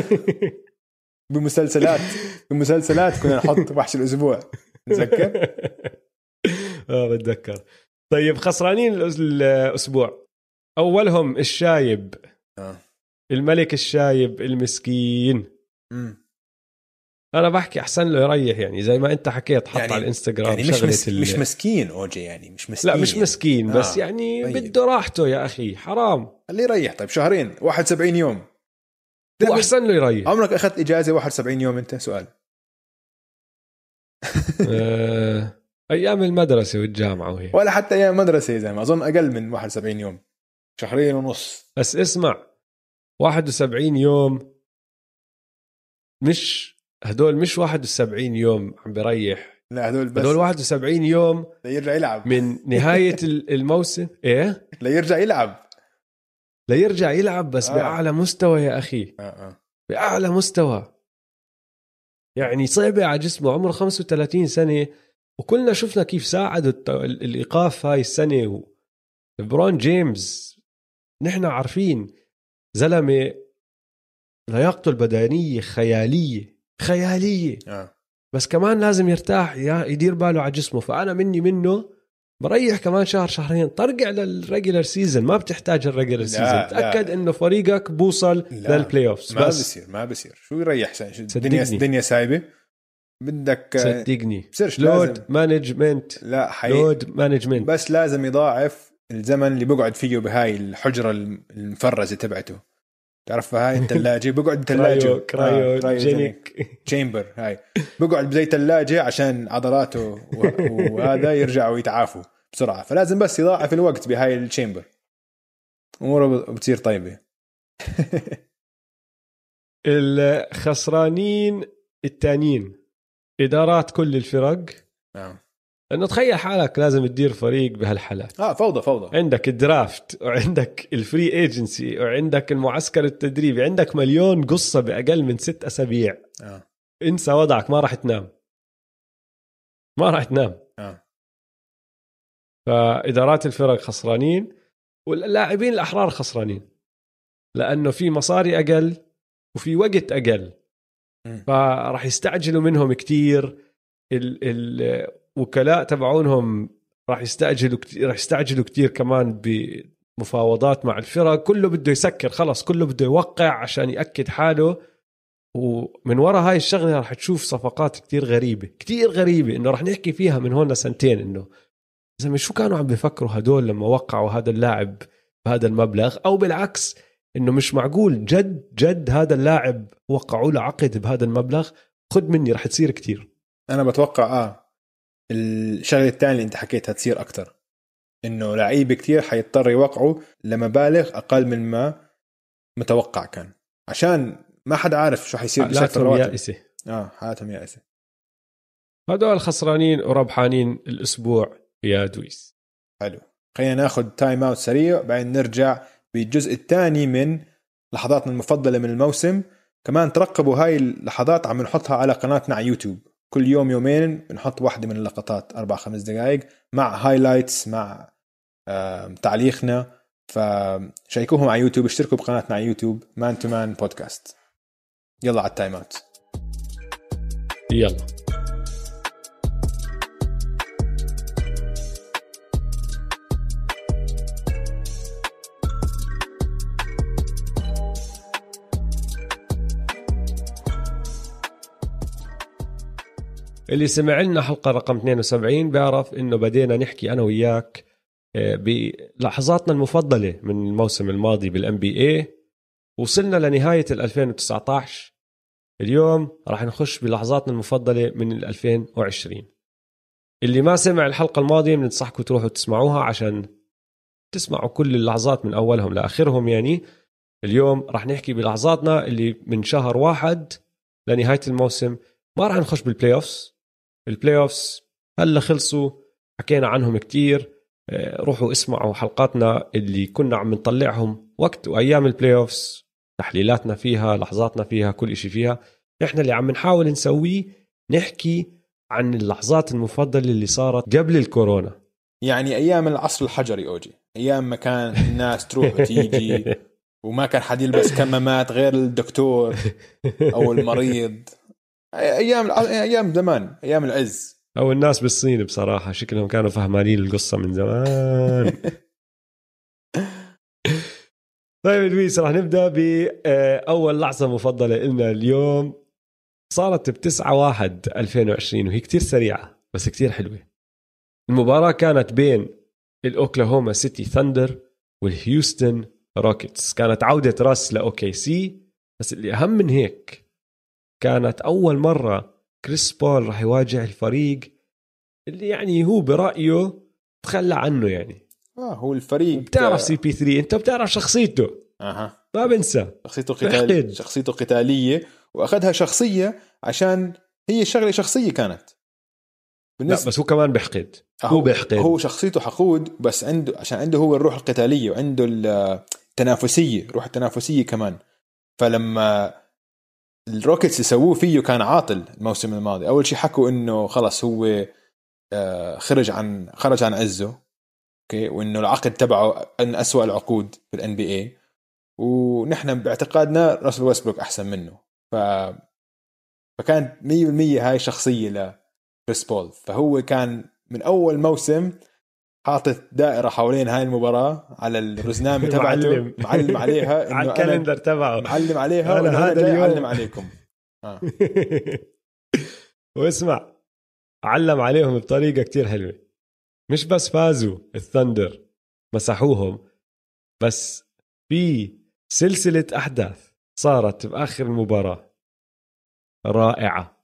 بمسلسلات كنا نحط وحش الأسبوع، نتذكر؟ بتذكر. طيب خسرانين الأسبوع أولهم الشايب، الملك الشايب المسكين. أنا بحكي أحسن له يريح، يعني زي ما أنت حكيت حط يعني على الإنستغرام يعني مش مسكين أوجي، يعني مش مسكين. لا مش مسكين بس يعني طيب. بده راحته يا أخي، حرام. اللي يريح. طيب 71 يوم هو أحسن له يريح. عمرك أخذت إجازة 71 يوم أنت؟ سؤال. أيام المدرسة والجامعة وهي، ولا حتى أيام مدرسة زي ما أظن أقل من 71 يوم، 2.5 شهر. بس اسمع، 71 يوم هدول مش 71 يوم عم بريح، لا هدول 71 يوم ليرجع يلعب من نهاية الموسم. إيه ليرجع يلعب بس بأعلى مستوى يا أخي. بأعلى مستوى، يعني صعبة على جسمه، عمره 35 سنة وكلنا شفنا كيف ساعدوا الإيقاف هاي السنة. برون جيمس نحن عارفين زلمة لياقته البدنية خيالية. بس كمان لازم يرتاح، يدير باله على جسمه. فأنا منه بريح كمان شهر شهرين، ترجع للريجولر سيزن. ما بتحتاج الريجولر سيزن، تأكد إنه فريقك بوصل للبلاي أوفس. ما بصير شو يريح الدنيا سايبة. بدك صدقني لود مانجمنت. لا لود مانجمنت. بس لازم يضاعف الزمن اللي بقعد فيه بهاي الحجرة المفرزة تبعته. تعرف هاي الثلاجة بقعد بثلاجة كرايوجينيك تشامبر. هاي بقعد بزي ثلاجة عشان عضلاته وهذا يرجعوا يتعافوا بسرعة. فلازم بس يضاعف الوقت بهاي التشامبر، أموره بتصير طيبة. الخسرانين التانيين إدارات كل الفرق. انه تخيل حالك لازم تدير فريق بهالحالات. فوضى. عندك الدرافت وعندك الفري ايجنسي وعندك المعسكر التدريبي، عندك مليون قصة بأقل من 6 أسابيع. انسى وضعك، ما راح تنام. فإدارات الفرق خسرانين، واللاعبين الأحرار خسرانين، لأنه في مصاري أقل وفي وقت أقل. فراح يستعجلوا منهم كتير. وكلاء تبعونهم راح يستعجلوا كتير كمان بمفاوضات مع الفرق. كله بده يسكر، خلص كله بده يوقع عشان يأكد حاله. ومن وراء هاي الشغلة راح تشوف صفقات كتير غريبة إنه راح نحكي فيها من هون سنتين. إنه زي شو كانوا عم بيفكروا هدول لما وقعوا هذا اللاعب بهذا المبلغ، أو بالعكس إنه مش معقول جد هذا اللاعب وقعوا له عقد بهذا المبلغ. خد مني راح تصير كتير. أنا بتوقع الشغله الثانيه اللي انت حكيتها تصير اكتر، انه لعيبه كتير حيضطر يوقعوا لمبالغ اقل من ما متوقع كان، عشان ما حد عارف شو حيصير بشكل يائسة. حالتهم يائسة. هدول خسرانين وربحانين الاسبوع يا دويس. حلو، خلينا ناخذ تايم اوت سريع بعدين نرجع بالجزء الثاني من لحظاتنا المفضله من الموسم. كمان ترقبوا هاي اللحظات عم نحطها على قناتنا على يوتيوب، كل يوم يومين بنحط واحدة من اللقطات 4-5 دقائق مع هايلايتس مع تعليقنا. فشاركوهم على يوتيوب، اشتركوا بقناتنا على يوتيوب مان تو مان بودكاست. يلا على التايم اوت. يلا اللي سمع لنا حلقة رقم 72 بيعرف إنه بدينا نحكي أنا وياك بلحظاتنا المفضلة من الموسم الماضي بالNBA. وصلنا لنهاية 2019. اليوم راح نخش بلحظاتنا المفضلة من 2020. اللي ما سمع الحلقة الماضية بننصحكم تروحوا تسمعوها عشان تسمعوا كل اللحظات من أولهم لآخرهم. يعني اليوم راح نحكي بلحظاتنا اللي من شهر 1 لنهاية الموسم. ما راح نخش بالبلاي أوفس. البلاي أوفس هلا خلصوا، حكينا عنهم كتير. روحوا اسمعوا حلقاتنا اللي كنا عم نطلعهم وقت وأيام البلاي أوفس، تحليلاتنا فيها، لحظاتنا فيها، كل إشي فيها. إحنا اللي عم نحاول نسويه نحكي عن اللحظات المفضلة اللي صارت قبل الكورونا. يعني أيام العصر الحجري أوجي، أيام ما كان الناس تروح وتيجي وما كان حد يلبس كمامات غير الدكتور أو المريض. أيام زمان، أيام العز. أو الناس بالصين بصراحة شكلهم كانوا فهمانين القصة من زمان. طيب لويس، راح نبدأ بأول لحظة مفضلة إلنا اليوم. صارت ب9/1/2020 وهي كتير سريعة بس كتير حلوة. المباراة كانت بين الأوكلاهوما سيتي ثاندر والهيوستن روكيتس. كانت عودة راس لأوكي سي، بس اللي أهم من هيك كانت أول مرة كريس بول راح يواجه الفريق اللي يعني هو برأيه تخلى عنه. يعني هو الفريق بتعرف CP3، انت بتعرف شخصيته. ما بنسى شخصيته قتالية، وأخذها شخصية عشان هي شغلة شخصية كانت لا بس هو كمان بيحقد. هو شخصيته حقود، بس عنده هو الروح القتالية وعنده التنافسية، روح التنافسية كمان. فلما الروكيتس يسووه فيه كان عاطل الموسم الماضي. أول شيء حكوا إنه خلص هو خرج عن عزه، أوكي، وإنه العقد تبعه أن أسوأ العقود في الNBA. ونحن باعتقادنا راسل ويستبروك أحسن منه. فكانت 100% هاي شخصية لكريس بول. فهو كان من أول موسم حاطط دائرة حوالين هاي المباراة على الرزنامة تبعته، معلم عليها على الكالندر تبعه، معلم عليها أنا هذا اليوم علم عليكم. واسمع، علم عليهم بطريقة كتير حلوة. مش بس فازوا الثندر مسحوهم، بس في سلسلة أحداث صارت بآخر المباراة رائعة.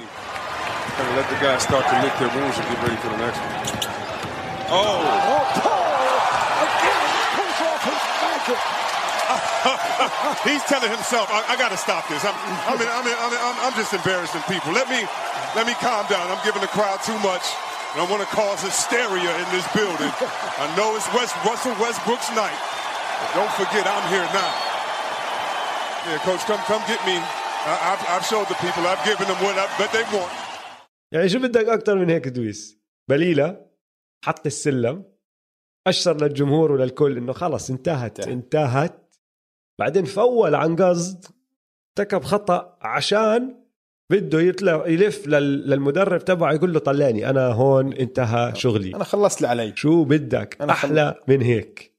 He's telling himself, I got to stop this. I'm just embarrassing people. Let me calm down. I'm giving the crowd too much. And I want to cause hysteria in this building. I know it's Russell Westbrook's night. But don't forget, I'm here now. Yeah, Coach, come get me. I've showed the people. I've given them what they want. يعني شو بدك أكتر من هيك دويس؟ بليلة حط السلم، أشر للجمهور وللكل إنه خلص انتهت. بعدين فول عن قصد، ارتكب خطأ عشان بده يلف للمدرب تبعه يقول له طلعني، أنا هون انتهى شغلي، أنا خلصت اللي علي. شو بدك أحلى من هيك؟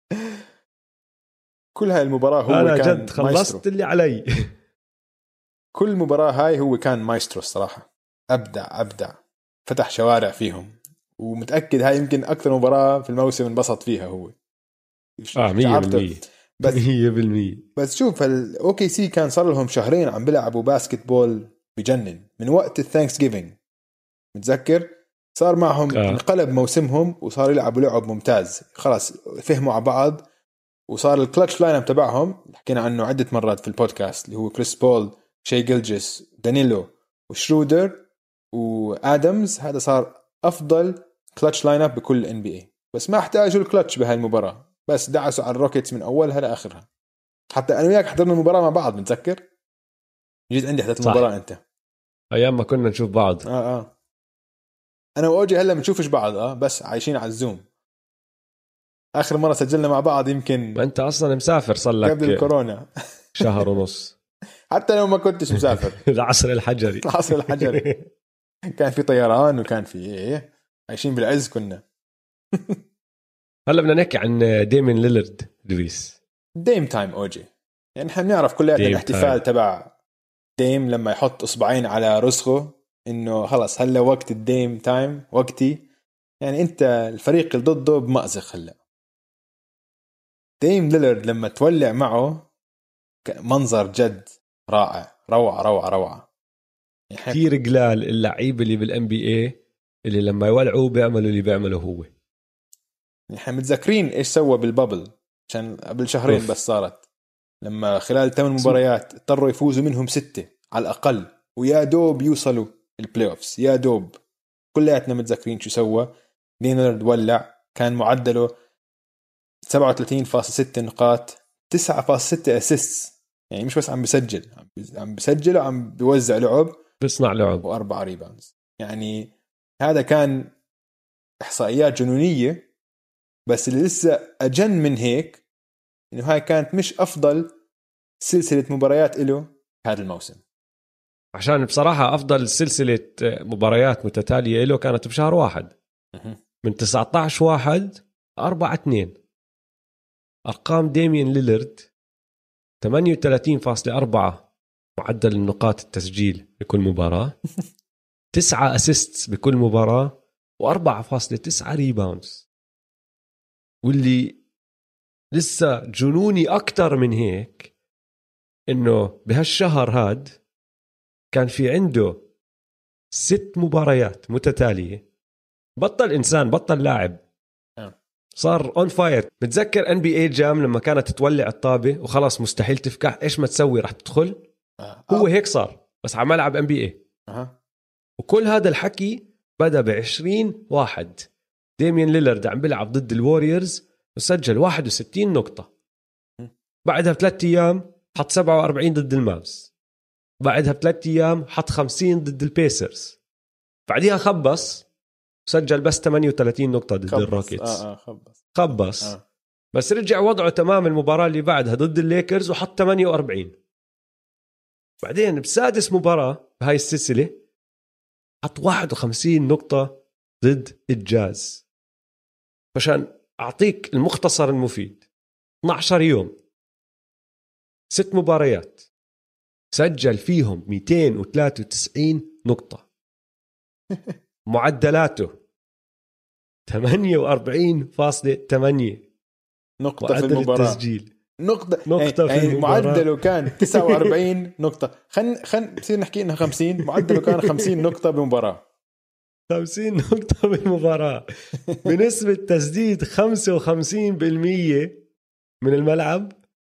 كل هاي المباراة هو أنا كان جد خلصت مايسترو. اللي علي. كل مباراة هاي هو كان مايسترو الصراحة. أبدع فتح شوارع فيهم، ومتأكد هاي يمكن أكثر مباراة في الموسم انبسط فيها هو. 100%. بس 100%. بس شوف الأوكي سي كان صار لهم شهرين عم بيلعبوا باسكت بول بجنن من وقت الثانكس جيفينج، متذكر؟ صار معهم انقلب موسمهم وصار يلعبوا لعب ممتاز، خلاص فهموا على بعض، وصار الكلتش لاين اب تبعهم اللي حكينا عنه عدة مرات في البودكاست اللي هو كريس بول، شاي جيلجيس، دانيلو وشرودر وآدمز. هذا صار أفضل كلتش لاين اب بكل NBA. بس ما احتاجوا الكلتش بهاي المباراة، بس دعسوا على الروكيتس من أولها لآخرها. حتى أنا وياك حضرنا المباراة مع بعض، متذكر؟ جيت عندي حضرت المباراة أنت أيام ما كنا نشوف بعض. أنا وأوجي هلا بنشوفش بعض بس عايشين على الزوم. آخر مرة سجلنا مع بعض يمكن ما أنت أصلا مسافر صار لك قبل الكورونا شهر ونص. حتى لو ما كنتش مسافر. العصر الحجري. العصر الحجري كان في طيران وكان في عايشين بالعز كنا. هلا بدنا نحكي عن ديمين ليلرد دويس. ديم تايم أوجي، يعني احنا بنعرف كلياتنا الاحتفال تبع ديم لما يحط إصبعين على رسخه إنه خلص هلا وقت الديم تايم، وقتي. يعني أنت الفريق اللي ضده بمأزق. هلا ديم ليلرد لما تولع معه منظر جد رائع، روعة. يعني كثير قلال اللعيبة اللي بالNBA اللي لما يولعوا بيعملوا اللي بيعمله هو. احنا متذكرين ايش سوى بالبابل، عشان قبل شهرين بس صارت، لما خلال 8 مباريات اضطروا يفوزوا منهم 6 على الأقل، ويا دوب يوصلوا البلاي اوفز، يا دوب. كلياتنا متذكرين شو سوى. لينارد ولع، كان معدله 37.6 نقاط، 9.6 اسيست. يعني مش بس عم بسجل وعم بيوزع لعب، بيصنع لعب، و4 ريباوندز. يعني هذا كان إحصائيات جنونية. بس اللي لسه أجن من هيك إنه هاي كانت مش أفضل سلسلة مباريات له هذا الموسم، عشان بصراحة أفضل سلسلة مباريات متتالية له كانت بشهر 1 من 19/1 4-2. أرقام ديمين ليلرد 38.4 معدل النقاط التسجيل بكل مباراة، 9 أسيستس بكل مباراة، و4.9 ريباوندز. واللي لسه جنوني أكتر من هيك إنه بهالشهر هاد كان في عنده 6 مباريات متتالية، بطل لاعب، صار اون فاير. متذكر NBA جام لما كانت تولع الطابة وخلاص مستحيل تفكح، ايش ما تسوي رح تدخل. هو هيك صار بس على ملعب NBA. وكل هذا الحكي بدأ ب20/1. ديمين ليلرد عم بيلعب ضد الواريورز وسجل 61 نقطة. بعدها ب3 أيام حط 47 ضد المافز. بعدها ب3 أيام حط 50 ضد البيسرز. بعدها خبص سجل بس 38 نقطة ضد الروكيتس. خبص. بس رجع وضعه تمام المباراة اللي بعدها ضد الليكرز وحط 48. بعدين بسادس مباراة بهاي السلسلة حط 51 نقطة ضد الجاز. عشان أعطيك المختصر المفيد، 12 يوم 6 مباريات سجل فيهم 293 نقطة. معدلاته 48.8 نقطة في المباراة. التسجيل نقطة في المباراة. معدله كان 49 نقطة. خن بصير نحكي إنها 50. معدله كان 50 نقطة بمباراة. 50 نقطة بالمباراة بنسبة تسديد 55% من الملعب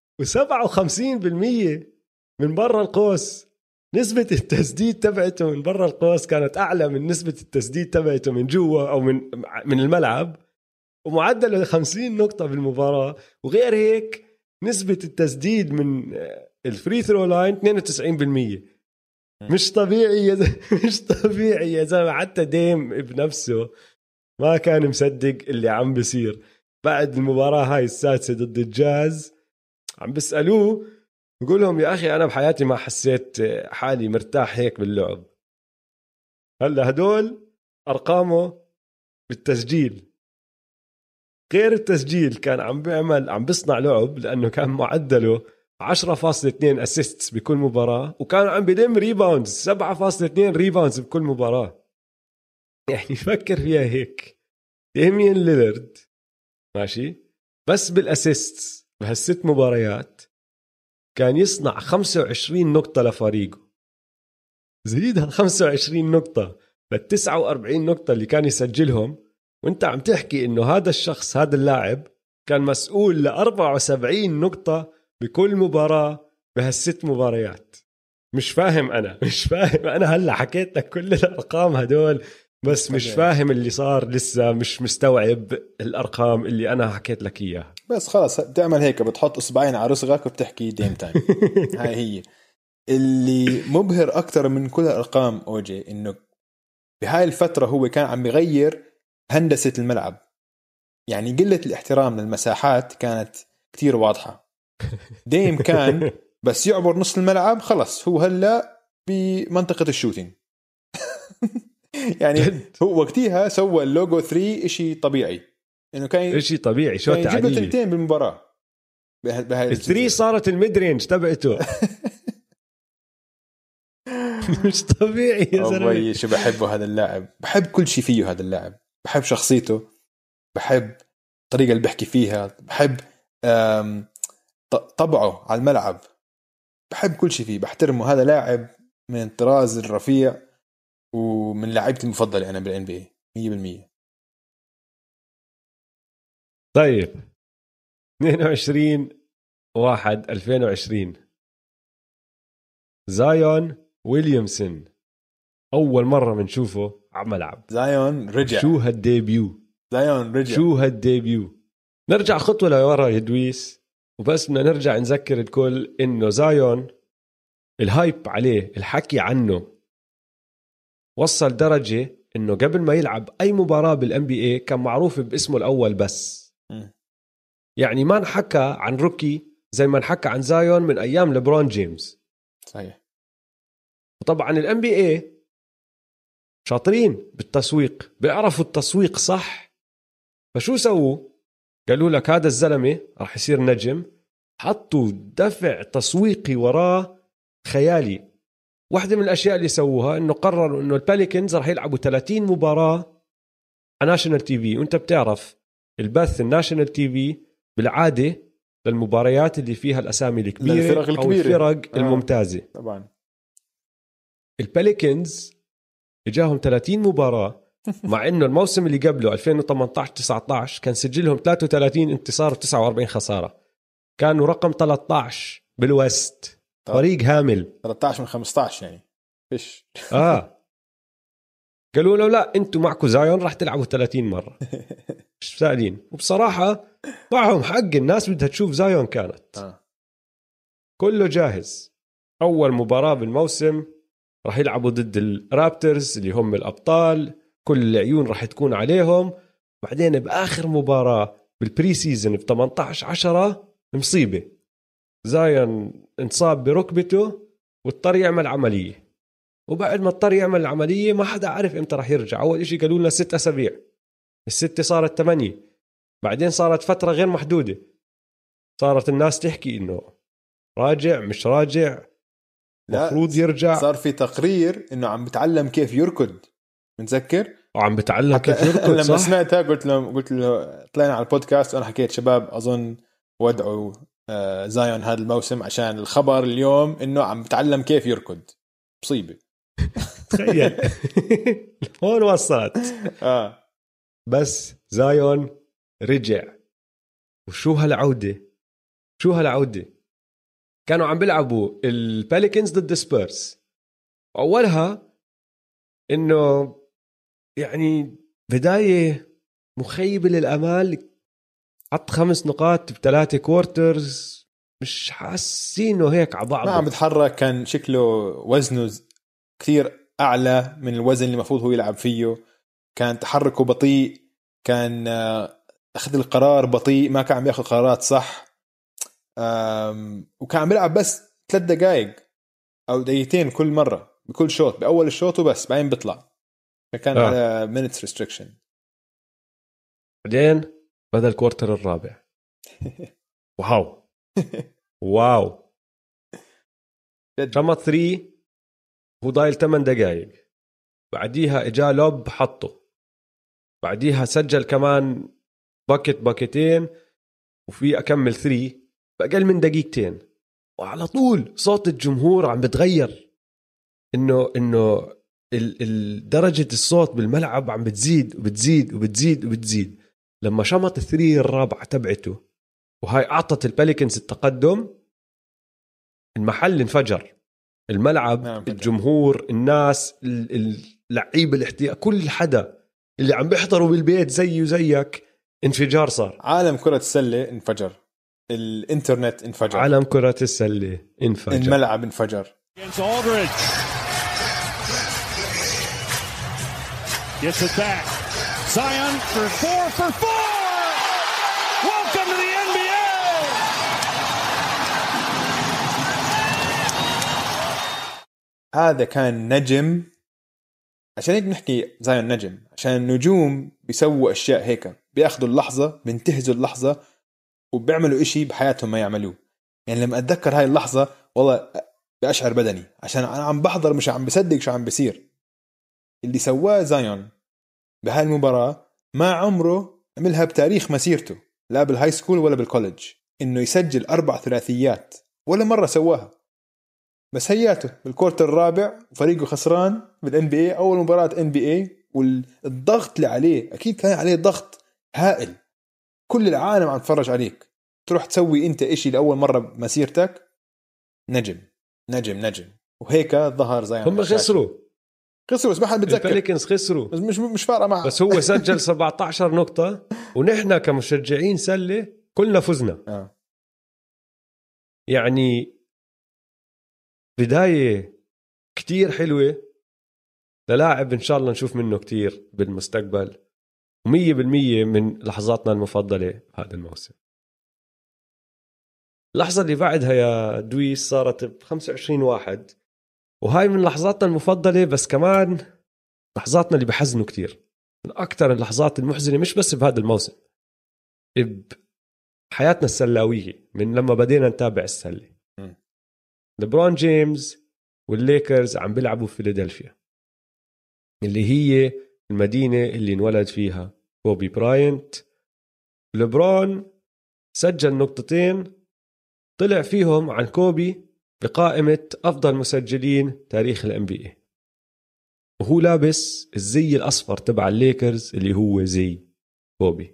و57% من برا القوس. نسبة التسديد تبعته من برا القوس كانت أعلى من نسبة التسديد تبعته من جوا أو من الملعب، ومعدله 50 نقطة بالمباراة. وغير هيك نسبة التسديد من الفري ثرو لاين 92%. مش طبيعي مش طبيعي يا زلمة. حتى ديم بنفسه ما كان مصدق اللي عم بيصير. بعد المباراة هاي السادسة ضد الجاز عم بيسألوه، بقول لهم يا أخي أنا بحياتي ما حسيت حالي مرتاح هيك باللعب. هلا هدول أرقامه بالتسجيل، غير التسجيل كان عم بيصنع لعب، لأنه كان معدله 10.2 أسيستس بكل مباراة، وكان عم بيلم ريباوندز 7.2 ريباوندز بكل مباراة. يعني فكر فيها هيك، ديميان ليلرد ماشي بس بالأسيستس بهالست مباريات كان يصنع 25 نقطة لفريقه، زيدها 25 نقطة لل49 نقطة اللي كان يسجلهم. وانت عم تحكي انه هذا الشخص هذا اللاعب كان مسؤول ل74 نقطة بكل مباراة بهالست مباريات. مش فاهم أنا هلأ حكيت لك كل الأرقام هدول، بس مش فاهم اللي صار لسه، مش مستوعب الأرقام اللي أنا حكيت لك إياها. بس خلاص بتعمل هيك، بتحط إصبعين على رسغك وبتحكي ديم تايم. هاي هي اللي مبهر أكتر من كل الأرقام أوجي، إنه بهاي الفترة هو كان عم يغير هندسة الملعب. يعني قلة الاحترام للمساحات كانت كتير واضحة. ديم كان بس يعبر نص الملعب خلص هو هلأ بمنطقة الشوتينج. يعني هو وقتها سوى اللوجو 3 إشي طبيعي، إنه كان إشي طبيعي شوت عديد عديد. جيب ثلثين بالمباراة. الثري صارت الميدرينج تبعته. مش طبيعي يا زلمة. شو بحبه هذا اللاعب، بحب كل شيء فيه هذا اللاعب، بحب شخصيته، بحب الطريقة اللي بحكي فيها، بحب طبعه على الملعب، بحب كل شيء فيه، بحترمه. هذا لاعب من الطراز الرفيع ومن لاعبتي المفضلة أنا بالان بي 100%. طيب 22/1/2020 زايون ويليامسون أول مرة بنشوفه على ملعب. زايون رجع. شو هالديبيو. زايون رجع. شو هالديبيو. نرجع خطوة لورا يا دويس، وبس بدنا نرجع نذكر الكل إنه زايون الهايب عليه، الحكي عنه وصل درجة إنه قبل ما يلعب أي مباراة بالNBA كان معروف باسمه الأول بس. يعني ما نحكى عن روكي زي ما نحكى عن زايون من أيام لبرون جيمس. صحيح. وطبعا الNBA شاطرين بالتسويق، بيعرفوا التسويق صح. فشو سووا؟ قالوا لك هذا الزلمة راح يصير نجم، حطوا دفع تسويقي وراه خيالي. واحدة من الأشياء اللي سووها إنه قرروا إنه الباليكنز راح يلعبوا 30 مباراة على ناشونال تي في. وانت بتعرف البث الناشونال تي في بالعادة للمباريات اللي فيها الأسامي الكبيرة أو الفرق الممتازة. طبعا الباليكنز إجاهم 30 مباراة مع إنه الموسم اللي قبله 2018-19 كان سجلهم 33 انتصار و49 خسارة. كانوا رقم 13 بالوست، فريق هامل. 13 من 15 يعني فيش. قالوا له لا انتوا معكم زايون راح تلعبوا 30 مرة. مش سائلين. وبصراحة معهم حق، الناس بدها تشوف زايون. كانت كله جاهز. أول مباراة بالموسم راح يلعبوا ضد الرابترز اللي هم الأبطال، كل العيون راح تكون عليهم. بعدين بآخر مباراة بالبري سيزن في 18/10 مصيبة. زايون انصاب بركبته واضطر يعمل عملية، وبعد ما اضطر يعمل العملية ما حدا عارف امتى راح يرجع. أول إشي قالوا لنا 6 أسابيع، ال6 صارت 8، بعدين صارت فترة غير محدودة، صارت الناس تحكي إنه راجع مش راجع، مفروض يرجع. صار في تقرير إنه عم بتعلم كيف يركض، متذكر؟ وعم بتعلم كيف يركض. لما صح؟ سمعتها قلت له طلعنا على البودكاست وأنا حكيت شباب أظن ودعوا زايون هذا الموسم عشان الخبر اليوم إنه عم بتعلم كيف يركض. مصيبة. تخيل. هون وصلت. بس زايون رجع، وشو هالعودة، شو هالعودة. كانوا عم بيلعبوا الباليكنز ضد سبيرز، أولها إنه يعني بداية مخيبة للأمال، حط 5 نقاط ب3 كوارترز، مش حاسينه هيك على بعض. ما عم بتحرك، كان شكله وزنه كثير أعلى من الوزن اللي المفروض هو يلعب فيه، كان تحركه بطيء، كان أخذ القرار بطيء، ما كان عم يأخذ قرارات صح، وكان عم بيلعب بس 3 دقائق أو دقيقتين كل مرة بكل شوط، بأول الشوط وبس، بعدين بيطلع، كان على minutes restriction. بعدين بدأ الكوارتر الرابع. واو واو، شمط 3 هو ضايل 8 دقائق، بعديها اجا لوب حطه، بعديها سجل كمان باكيتين، وفي أكمل 3 بأقل من دقيقتين، وعلى طول صوت الجمهور عم بتغير، إنه درجة الصوت بالملعب عم بتزيد وبتزيد وبتزيد وبتزيد. لما شمط 3 الرابعة تبعته وهاي أعطت الباليكنز التقدم، المحل انفجر، الملعب، الجمهور، الناس، اللعيبة الاحتياط، كل حدا اللي عم بيحضروا بالبيت زي وزيك، انفجار صار. عالم كرة السلة انفجر، الانترنت انفجر، عالم كرة السلة انفجر، الملعب انفجر. Gets it back. Zion for 4 for 4. Welcome to the NBA. هذا كان نجم، عشان هيك بنحكي زايون نجم، عشان النجوم بيسووا أشياء هيك، بياخدوا اللحظة، بينتهزوا اللحظة، وبيعملوا إشي بحياتهم ما يعملوه. يعني لما أتذكر هاي اللحظة والله بأشعر بدني، عشان أنا عم بحضر مش عم بصدق شو عم بيصير. اللي سواه زايون بهاي المباراة ما عمره عملها بتاريخ مسيرته، لا بالهاي سكول ولا بالكوليج، إنه يسجل 4 ثلاثيات ولا مرة سواها. بس هياته بالكورتر الرابع فريقه خسران بالNBA، أول مباراة NBA، والضغط اللي عليه أكيد كان عليه ضغط هائل، كل العالم عم تفرج عليك، تروح تسوي أنت إشي لأول مرة بمسيرتك. نجم نجم نجم. وهيك ظهر زي هم خسروا بس ما حد بتذكر. الباليكنز خسروا، بس مش فارقة معه، بس هو سجل 17 نقطة، ونحن كمشجعين سلة كلنا فزنا. يعني بداية كتير حلوة للاعب، إن شاء الله نشوف منه كتير بالمستقبل، و100% من لحظاتنا المفضلة هذا الموسم. اللحظة اللي بعدها يا دويس صارت ب25/1، وهاي من لحظاتنا المفضلة، بس كمان لحظاتنا اللي بحزنوا كتير، من أكتر اللحظات المحزنة مش بس بهذا الموسم، بحياتنا السلاوية من لما بدينا نتابع السلة. ليبرون جيمس والليكرز عم بيلعبوا في فيلادلفيا، اللي هي المدينة اللي انولد فيها كوبي براينت. ليبرون سجل 2 نقطة طلع فيهم عن كوبي بقائمة أفضل مسجلين تاريخ الNBA، وهو لابس الزي الأصفر تبع الليكرز اللي هو زي كوبي.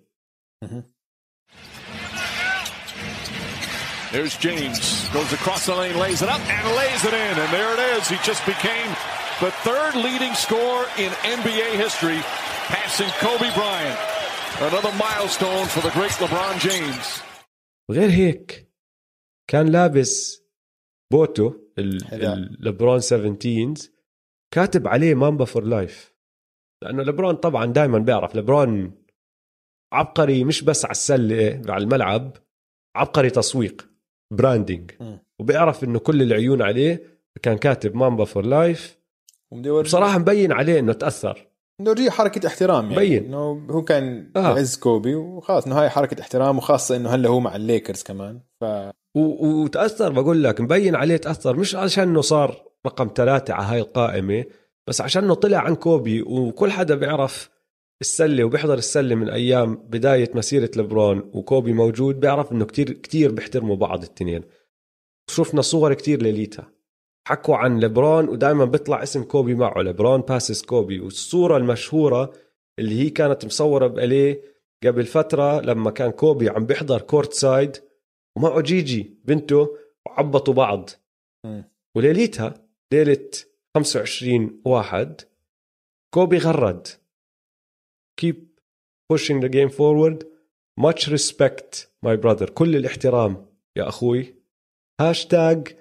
There's James, goes across the lane, lays it up and lays it in, and there it is. He just became the 3rd leading scorer in NBA history, passing Kobe Bryant. Another milestone for the great LeBron James. وغير هيك كان لابس بوتو لبرون 17 كاتب عليه مامبا فور لايف، لأنه لبرون طبعا دايما بيعرف، لبرون عبقري مش بس على السلة على الملعب، عبقري تسويق براندينج، وبيعرف انه كل العيون عليه. كان كاتب مامبا فور لايف، بصراحة مبين عليه انه تأثر، انه رجع حركة احترام يعني مبين انه هو كان يعز كوبي وخلاص انه هاي حركة احترام، وخاصة انه هلا هو مع الليكرز كمان وتأثر. بقول لك مبين عليه تأثر، مش عشان انه صار رقم 3 على هاي القائمة، بس عشان انه طلع عن كوبي. وكل حدا بيعرف السلة وبيحضر السلة من ايام بداية مسيرة لبرون وكوبي موجود، بيعرف انه كتير بيحترموا بعض التنين. شفنا صور كتير ليليتها حكوا عن لبرون، ودائما بيطلع اسم كوبي معه، لبرون باسس كوبي. والصورة المشهورة اللي هي كانت مصورة بأليه قبل فترة لما كان كوبي عم بيحضر كورت سايد ومعه جيجي بنته وعبطوا بعض. وليلتها ليلة 25/1 كوبي غرد keep pushing the game forward, much respect my brother, كل الاحترام يا أخوي، هاشتاج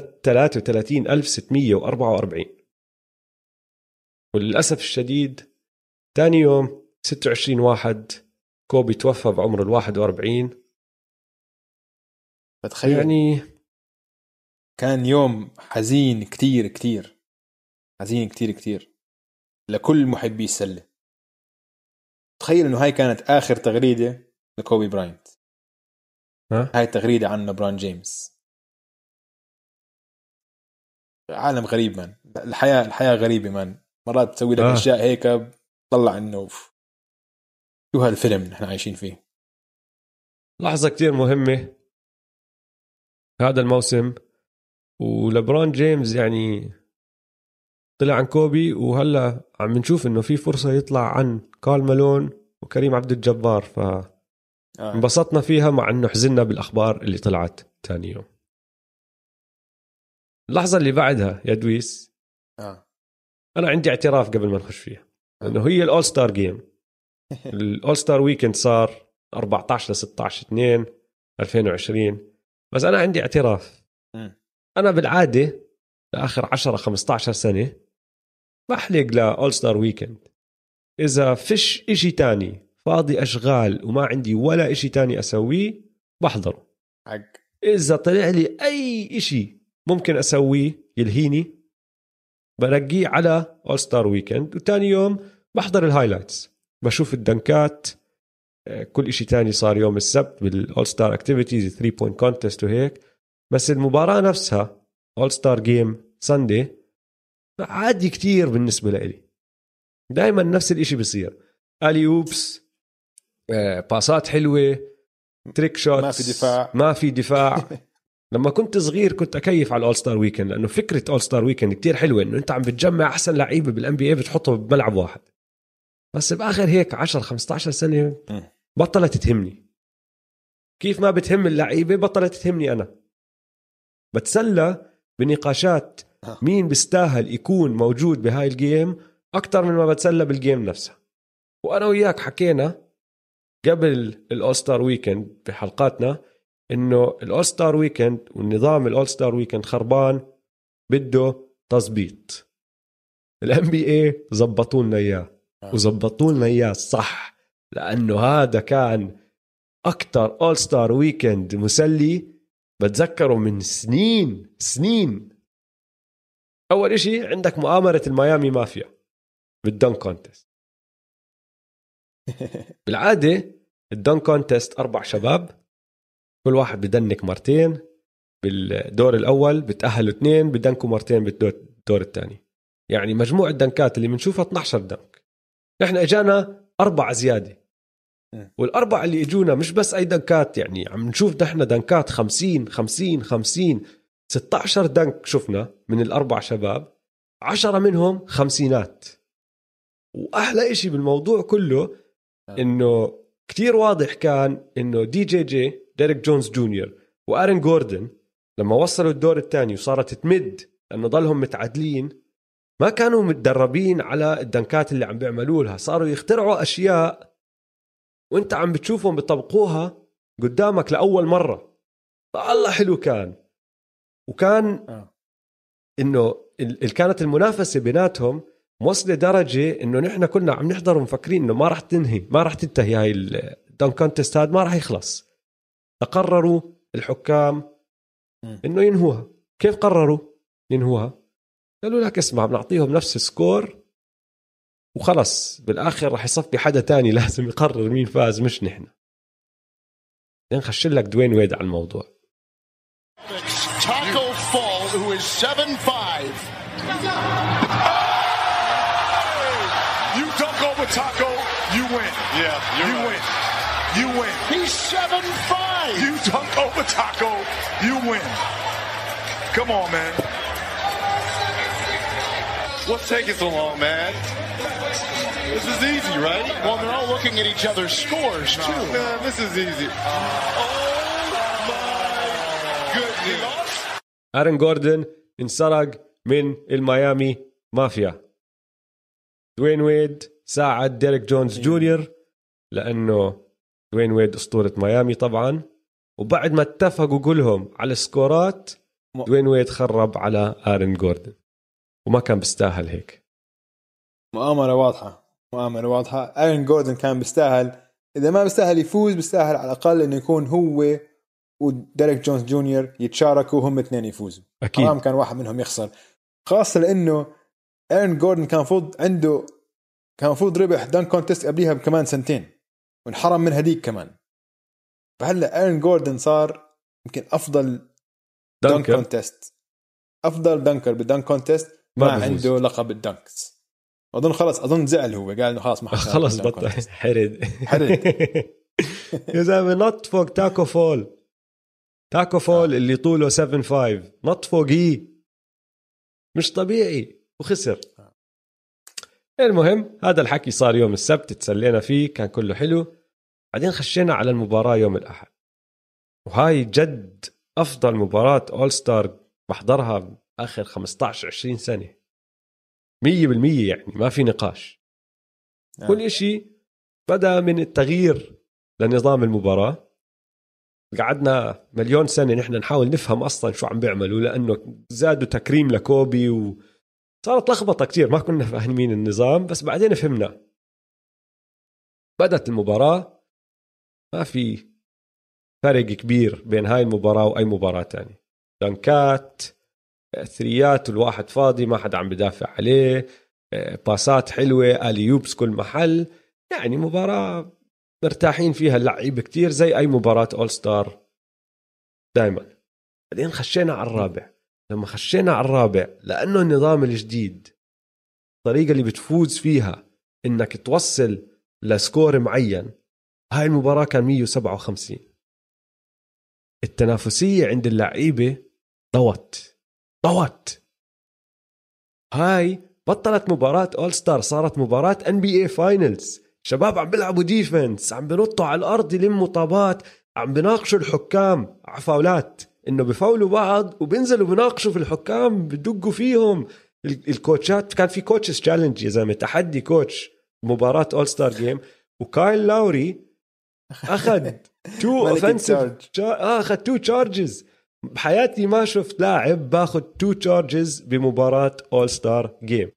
33,644. وللأسف الشديد تاني يوم 26/1 كوبي توفى بعمر 41. فتخيل يعني كان يوم حزين كتير حزين كتير لكل محبي السلة. تخيل انه هاي كانت آخر تغريدة لكوبي براينت. هاي تغريدة عن لبرون جيمس. عالم غريب مان، الحياة غريبة مان، مرات تسوي لك أشياء هيك طلع إنه شو هذا الفيلم نحن عايشين فيه. لحظة كتير مهمة هذا الموسم، ولبرون جيمس يعني طلع عن كوبي، وهلا عم نشوف إنه في فرصة يطلع عن كارل مالون وكريم عبد الجبار. فانبسطنا فيها مع إنه حزننا بالأخبار اللي طلعت تاني يوم. اللحظة اللي بعدها يا دويس أنا عندي اعتراف قبل ما نخش فيها، إنه هي الأول ستار جيم. الأول ستار ويكند صار 14/16/2/2020، بس أنا عندي اعتراف. أنا بالعادة لآخر 10-15 سنة بحلق لأول ستار ويكند إذا فيش إشي تاني، فاضي أشغال وما عندي ولا إشي تاني أسويه بحضره. إذا طلع لي أي إشي ممكن أسويه يلهيني برقيه على أول ستار ويكند، وتاني يوم بحضر الهايلايتس، بشوف الدنكات، كل إشي تاني صار يوم السبت بالأول ستار اكتيفيتيز 3 بوينت كونتست وهيك. بس المباراة نفسها أول ستار جيم ساندي عادي كتير بالنسبة لي. دايما نفس الإشي بيصير، آلي أوبس، باسات حلوة، تريك شوت، ما في دفاع. لما كنت صغير كنت أكيف على الأول ستار ويكند، لأنه فكرة أول ستار ويكند كتير حلوة، إنه أنت عم بتجمع أحسن لعيبة بالان بي اي بتحطه بملعب واحد. بس بآخر هيك 10-15 سنة بطلت تهمني. كيف ما بتهم اللعيبة بطلت تهمني. أنا بتسلى بنقاشات مين بيستاهل يكون موجود بهاي الجيم أكتر من ما بتسلى بالجيم نفسها. وأنا وياك حكينا قبل الأول ستار ويكند بحلقاتنا إنه الأول ستار ويكند والنظام الأول ستار ويكند خربان، بده تظبيط. الام بي اي زبطوا لنا إياه، وزبطوا لنا إياه صح، لأنه هذا كان أكتر أول ستار ويكند مسلي بتذكره من سنين. أول إشي عندك مؤامرة الميامي مافيا بالدنك كونتست. بالعادة الدنك كونتست 4 شباب، كل واحد بدنك مرتين بالدور الأول، بتأهلوا 2 بدنكوا مرتين بالدور الثاني. يعني مجموع الدنكات اللي بنشوفها 12 دنك، نحن اجانا 4 زيادة. والأربعة اللي اجونا مش بس أي دنكات، يعني عم نشوف نحن دنكات 50 16 دنك شفنا من ال4 شباب، 10 منهم 50. وأحلى إشي بالموضوع كله إنه كتير واضح كان إنه دي جي ديريك جونز جونيور وآرن جوردن لما وصلوا الدور الثاني وصارت تمد لأنه ضلهم متعادلين، ما كانوا متدربين على الدنكات اللي عم بيعملوا لها، صاروا يخترعوا أشياء وانت عم بتشوفهم بيطبقوها قدامك لأول مرة. فالله حلو كان. وكان إنه كانت المنافسة بيناتهم وصل درجة إنه نحن كنا عم نحضر ومفكرين إنه ما راح تنتهي هاي الدان كونتست، هذا ما راح يخلص. تقرروا الحكام إنه ينهوها. كيف قرروا ينهوها؟ قالوا لك اسمع، بنعطيهم نفس السكور وخلص، بالآخر راح يصفي حدا تاني لازم يقرر مين فاز مش نحن. نخش لك دوين ويد على الموضوع. Taco Fall, who is 7'5". You dunk over Taco, you win. Yeah, You win. You win. He's 7'5". You dunk over Taco, you win. Come on, man. What's taking so long, man? This is easy, right? Well, they're all looking at each other's scores, too. Man, this is easy. Oh, my goodness. آرن جوردن انسرق من الميامي مافيا. دوين ويد ساعد ديريك جونز جونيور لأنه دوين ويد أسطورة ميامي طبعا، وبعد ما اتفقوا كلهم على السكورات دوين ويد خرب على آرن جوردن وما كان بيستاهل هيك. مؤامرة واضحة. آرن جوردن كان بيستاهل، إذا ما بيستاهل يفوز بيستاهل على الأقل إنه يكون هو وديريك جونز جونيور يتشاركوا هم اثنين يفوزوا. أكيد كان واحد منهم يخسر، خاصة لأنه آرن جوردن كان مفروض ربح دان كونتست قبليها بكمان سنتين وانحرم من هديك كمان. فهلا آرن جوردن صار يمكن أفضل دان كونتست، أفضل دانكر بالدان كونتست، ما عنده لقب الدانكس. أظن زعل، هو قال إنه خلاص بطل حرد يا زلمة. نط فوق تاكو فول اللي طوله 7'5", نط فوقيه مش طبيعي وخسر. المهم هذا الحكي صار يوم السبت، تسلينا فيه كان كله حلو. بعدين خشينا على المباراة يوم الأحد، وهاي جد أفضل مباراة أول ستار بحضرها آخر 15-20 سنة 100%، يعني ما في نقاش. كل إشي بدأ من التغيير لنظام المباراة. قعدنا مليون سنة نحن نحاول نفهم أصلا شو عم بيعملوا، لأنه زادوا تكريم لكوبي وصارت لخبطة كتير، ما كنا فاهمين النظام، بس بعدين فهمنا. بدأت المباراة، ما في فرق كبير بين هاي المباراة وأي مباراة تانية. دنكات، ثريات، والواحد فاضي ما حدا عم بدافع عليه، باسات حلوة، آليوبس كل محل، يعني مباراة مرتاحين فيها اللعيبة كتير زي أي مباراة أول ستار دايما. بعدين خشينا على الرابع. لما خشينا على الرابع، لأنه النظام الجديد الطريقة اللي بتفوز فيها إنك توصل لسكور معين، هاي المباراة كان 157. التنافسية عند اللعيبة ضوت. هاي بطلت مباراة أول ستار، صارت مباراة NBA فاينلز. شباب عم بيلعبوا ديفنس، عم بنطوا على الأرض يلموا طابات، عم بناقشوا الحكام على فاولات، إنه بفاولوا بعض وبنزلوا بناقشوا في الحكام، بدقوا فيهم الكوتشات. كان في كوتشز تشالنج يا زلمة، تحدي كوتش مباراة أول ستار جيم، وكايل لاوري أخذ 2 تشارجز. بحياتي ما شفت لاعب باخذ 2 تشارجز بمباراة أول ستار جيم.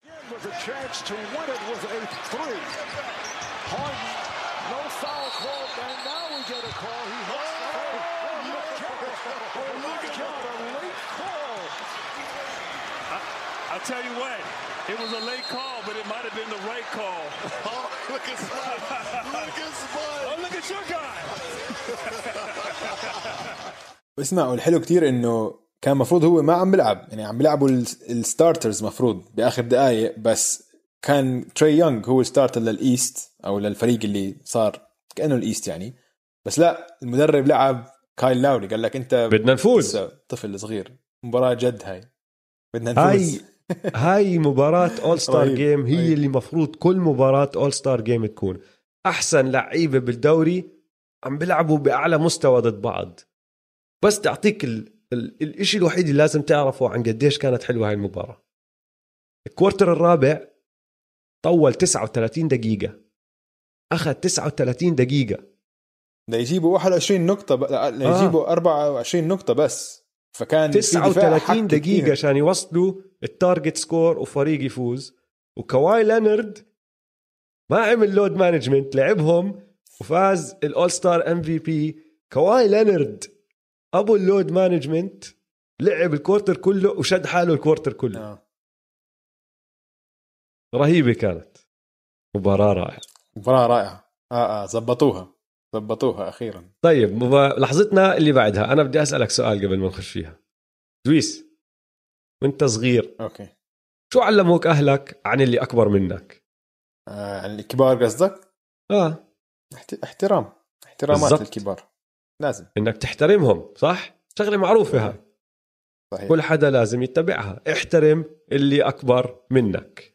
I'll tell you what, it was a late call, but it might have been the right call. Oh, look at Spud. Oh, look at your guy. اسمعوا، الحلو كتير إنه كان مفروض هو ما عم بلعب، يعني عم بلعبوا الستارترز مفروض بآخر دقايق، بس كان تري يونغ هو الستارتر للإيست أو للفريق اللي صار كأنه الإيست يعني. بس لا، المدرب لعب كايل لاوري، قال لك أنت بدنا نفوز، طفل صغير، مباراة جد هاي بدنا نفوز. هاي مباراة أول ستار جيم هي اللي مفروض كل مباراة أول ستار جيم تكون. أحسن لعيبة بالدوري عم بيلعبوا بأعلى مستوى ضد بعض. بس تعطيك الاشي الوحيد اللي لازم تعرفه عن قديش كانت حلوة هاي المباراة، الكوارتر الرابع طول 39 دقيقة، أخذ 39 دقيقة يجيبوا 21 نقطة، يجيبوا 24 نقطة بس، فكان 39 دقيقة عشان يوصلوا التارجت سكور وفريق يفوز. وكواي لينارد ما عمل لود مانجمنت، لعبهم وفاز الأول ستار MVP. كواي لينارد أبو اللود مانجمنت لعب الكورتر كله وشد حاله الكورتر كله. رهيبة كانت، مباراة رائعة. مباراة رائعة. زبطوها أخيرا. طيب لحظتنا اللي بعدها أنا بدي أسألك سؤال قبل ما نخش فيها. دويس، وانت صغير أوكي، شو علموك أهلك عن اللي أكبر منك؟ عن الكبار قصدك؟ احترامات بالزبط. الكبار لازم إنك تحترمهم، صح؟ شغلة معروفة هاي، صحيح. كل حدا لازم يتبعها. احترم اللي أكبر منك.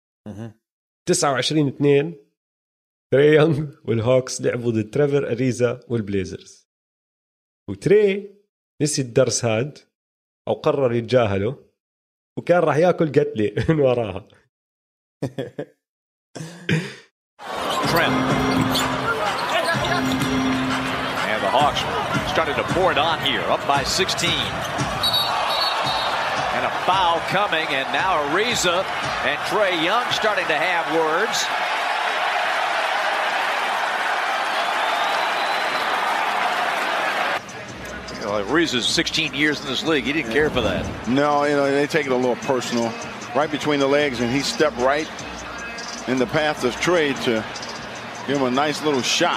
29-2 تري يونغ والهوكس لعبوا ضد تريفر أريزا والبليزرز، وتري نسي الدرس هاد أو قرر يتجاهله وكان راح ياكل قتلة من وراها. And the Hawks started to pour it on here, up by 16. And a foul coming, and now Ariza and Trae Young starting to have words. You know, Ariza's 16 years in this league. He didn't care for that. No, you know, they take it a little personal. Right between the legs, and he stepped right in the path of Trae to give him a nice little shot.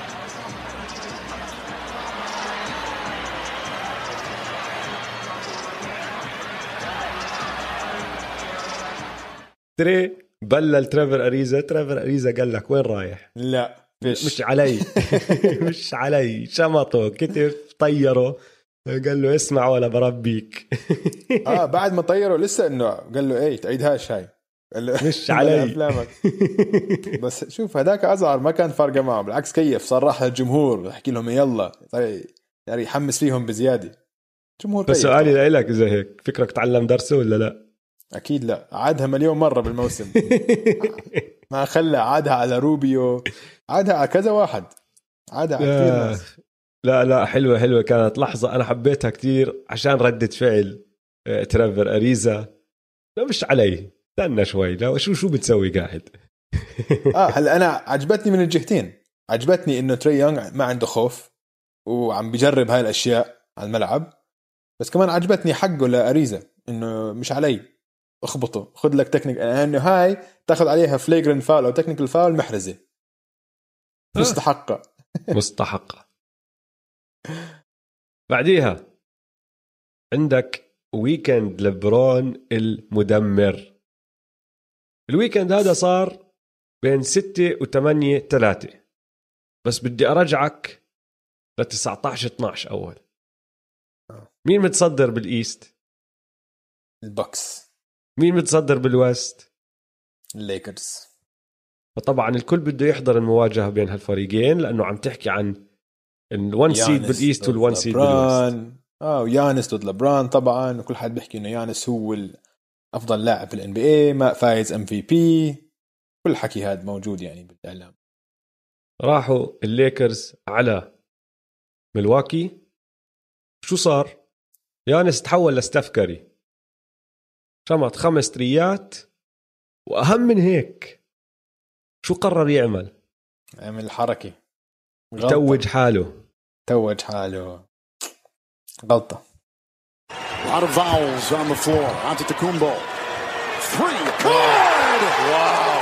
تري بلل تريفر أريزا قال لك وين رايح؟ لا مش علي. مش علي، شمطه كتف طيره، قال له اسمع ولا بربيك. بعد ما طيره لسه انه قال له ايه تعيدهاش هاي، قال له مش علي افلامك. بس شوف هداك أزهر ما كان فارقه معه، بالعكس كيف صرح للجمهور يحكي لهم يلا، طيب يعني يحمس فيهم بزياده. جمهور. بس سؤالي لك اذا هيك فكرك تعلم درسه ولا لا؟ اكيد لا، عادها مليون مره بالموسم. ما خلى، عادها على روبيو، عادها على كذا واحد، عادها على كثير ناس. لا حلوة كانت لحظة أنا حبيتها كتير عشان ردة فعل تريفر أريزا. لا مش علي، استنى شوي، لا شو بتسوي قاعد. هلا أنا عجبتني من الجهتين. عجبتني إنه تري يونغ ما عنده خوف وعم بيجرب هاي الأشياء على الملعب، بس كمان عجبتني حقه لأريزا إنه مش علي، اخبطه، خذ لك تكنيك، لأنه هاي تاخذ عليها فليجرن فاول أو تكنيكال فاول محرزة مستحقة. بعديها عندك ويكند لبرون المدمر. الويكند هذا صار بين 6 و8 3، بس بدي أرجعك ل 19-12 أول. مين متصدر بالإيست؟ البوكس. مين متصدر بالوست؟ الليكرز. فطبعا الكل بده يحضر المواجهة بين هالفريقين، لأنه عم تحكي عن الون سيد بالإيست والون سيد بالوست. ويانس ضد لبران طبعا، وكل حد بيحكي إنه يانس هو أفضل لاعب في NBA، ما فايز MVP، كل حكي هذا موجود يعني بالإعلام. راحوا الليكرز على ملواكي، شو صار؟ يانس تحول لستفكري، شمط 5 تريات، وأهم من هيك شو قرر يعمل؟ عمل حركة، توج حاله غلطة. A lot of vowels on the floor. Antetokounmpo. 3. Good! Wow.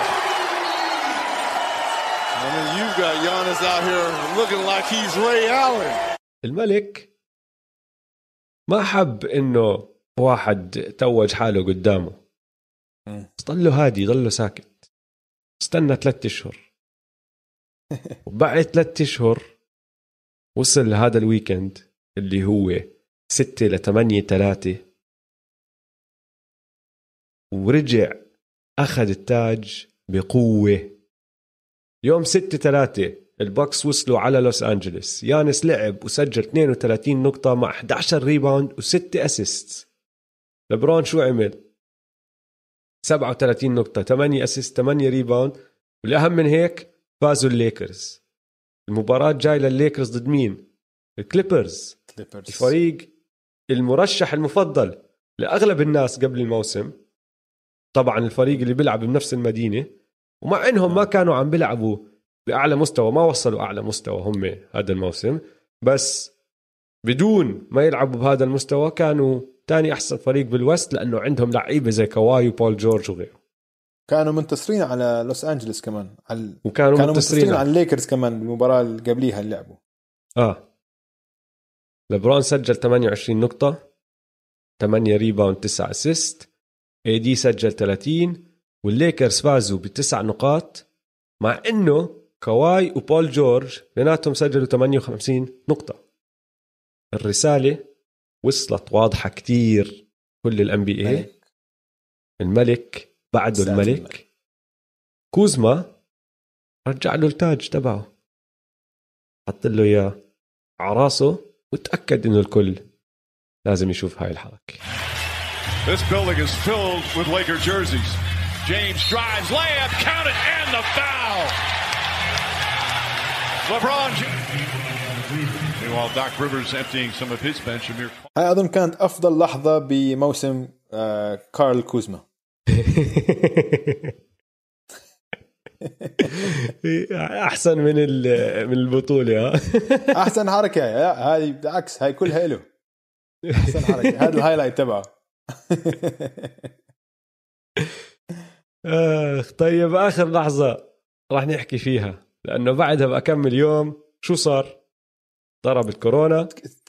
I mean, you've got Giannis out here looking like he's Ray Allen. الملك ما حب إنه واحد توج حاله قدامه، ضله هادي، ضله ساكت، استنى 3 أشهر. وبعد 3 أشهر وصل لهذا الويكند اللي هو 6-8-3، ورجع أخذ التاج بقوة. يوم 6-3 البوكس وصلوا على لوس أنجلس، يانس لعب وسجل 32 نقطة مع 11 ريباوند و6 أسيست. لبرون شو عمل؟ 37 نقطة، 8 أسيست، 8 ريباوند. والأهم من هيك فازوا الليكرز. المباراة جاي للليكرز ضد مين؟ الكليبرز، الفريق المرشح المفضل لأغلب الناس قبل الموسم، طبعا الفريق اللي بيلعب بنفس المدينة، ومع انهم ما كانوا عم بيلعبوا بأعلى مستوى، ما وصلوا أعلى مستوى هم هذا الموسم، بس بدون ما يلعبوا بهذا المستوى كانوا تاني أحسن فريق بالوست، لأنه عندهم لعيبة زي كواي وبول جورج وغيره. كانوا منتصرين على لوس أنجلس كمان كانوا منتصرين على الليكرز كمان بالمباراة اللي قبليها اللي لعبوا. لبرون سجل 28 نقطة، 8 ريباوند، 9 أسيست. اي دي سجل 30، والليكرز فازوا ب9 نقاط، مع انه كواي وبول جورج بيناتهم سجلوا 58 نقطة. الرسالة وصلت واضحة كتير كل الان بي اي. الملك بعده الملك كوزما رجع له التاج تبعه، حط له اياه على راسه، وتأكد انه الكل لازم يشوف هاي الحركة. This building is filled with Laker jerseys. James drives, layup, count it, and the foul. LeBron. Meanwhile, Doc Rivers emptying some of his bench. هاي أظن كانت أفضل لحظة بموسم كارل كوزما. أحسن من البطولة. أحسن حركة. هاي بالعكس، هاي كلها له أحسن حركة. هذا الهايلايت تبعه. طيب آخر لحظة راح نحكي فيها، لأنه بعدها بأكمل يوم شو صار؟ ضرب الكورونا،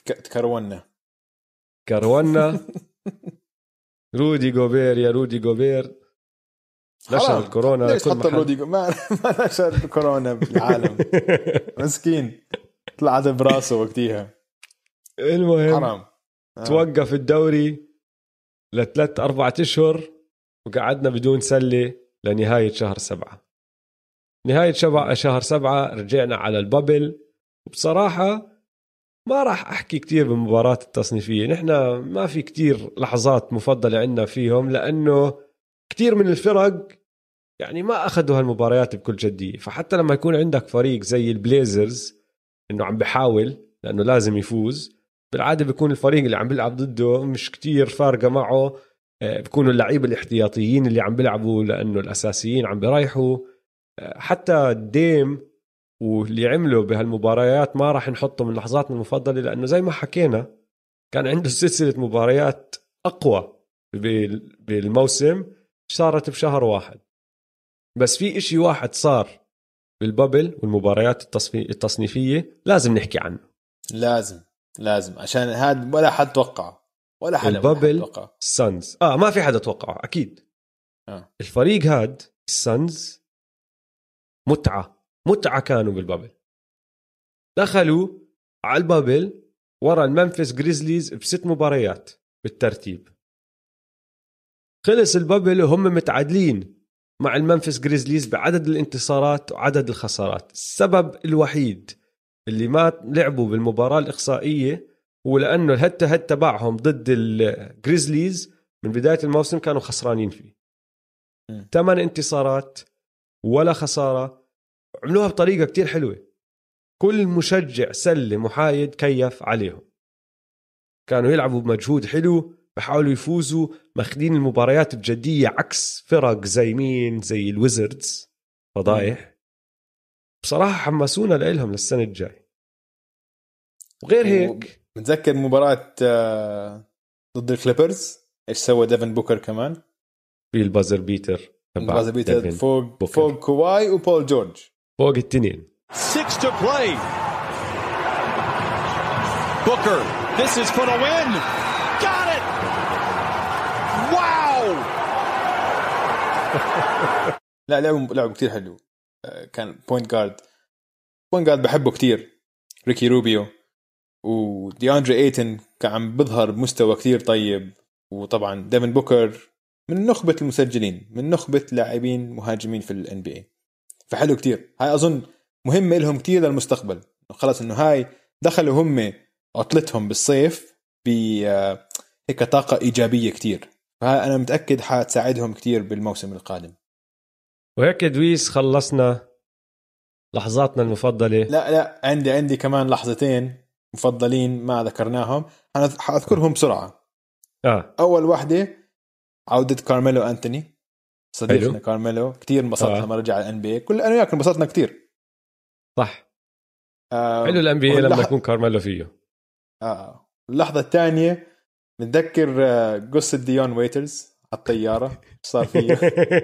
كرونا رودي جوبير. يا رودي جوبير نشر الكورونا. ليش حط رودي ما نشر الكورونا بالعالم؟ مسكين طلع عذب براسه وقتها. المهم حرام. توقف الدوري ل3-4 أشهر، وقعدنا بدون سلة لنهاية شهر 7. نهاية شهر 7 رجعنا على البابل. وبصراحة ما راح أحكي كتير بالمباراة التصنيفية، نحنا ما في كتير لحظات مفضلة عنا فيهم، لأنه كتير من الفرق يعني ما أخذوا هالمباريات بكل جدية. فحتى لما يكون عندك فريق زي البليزرز إنه عم بحاول لأنه لازم يفوز، بالعادة بيكون الفريق اللي عم بيلعب ضده مش كتير فارقة معه، بيكونوا اللعيبة الاحتياطيين اللي عم بيلعبوا لأنه الأساسيين عم بيريحوا. حتى ديم واللي عمله بهالمباريات ما راح نحطه من لحظاتنا المفضلة، لأنه زي ما حكينا كان عنده سلسلة مباريات أقوى بالموسم صارت بشهر واحد. بس في إشي واحد صار بالبابل والمباريات التصنيفية لازم نحكي عنه. لازم عشان هذا ولا حد توقع، ولا حد البابل السانز ما في حدا توقعه أكيد. الفريق هاد السانز متعة كانوا بالبابل. دخلوا على البابل ورا المنفس جريزليز ب6 مباريات بالترتيب. خلص البابل وهم متعادلين مع المنفس جريزليز بعدد الانتصارات وعدد الخسارات. السبب الوحيد اللي ما لعبوا بالمباراة الإقصائية هو لأنه الهد تبعهم ضد الجريزليز من بداية الموسم كانوا خسرانين فيه. 8 انتصارات ولا خسارة، عملوها بطريقة كتير حلوة. كل مشجع سلة محايد كيف عليهم، كانوا يلعبوا بمجهود حلو، بحاولوا يفوزوا، ماخدين المباريات بجدية عكس فرق زي مين، زي الويزردز فضايح. بصراحة حمسونا لإلهم للسنة الجاي. وغير هيك متذكر مباراة ضد الكليبرز ايش سوى ديفن بوكر كمان في البازر بيتر فوق كواي وبول جورج، فوق التنين. 6 to play. Booker, this is for the win. Got it. Wow. لا لعب كتير حلو. كان بوينت جارد بحبه كتير. ريكي روبيو ودي أندري ايتن كان عم بظهر بمستوى كتير طيب. وطبعا ديفن بوكر من نخبة المسجلين، من نخبة لاعبين مهاجمين في ال NBA. فحلو كتير. هاي أظن مهمة لهم كتير للمستقبل. خلاص إنه هاي دخلوا هم عطلتهم بالصيف هيك طاقة إيجابية كتير. فهاي أنا متأكد حتساعدهم كتير بالموسم القادم. وهيك دويس خلصنا لحظاتنا المفضلة. لا عندي كمان لحظتين مفضلين ما ذكرناهم، أنا حأذكرهم بسرعة. أول واحدة عودة كارميلو أنتوني صديقنا كارميلو كتير انبسطنا لما رجع على NBA. كل أنا وياك انبسطنا كتير. صح. حلو الNBA لما يكون كارميلو فيه. اللحظة الثانية نتذكر قصة ديون ويترز على الطيارة صار فيه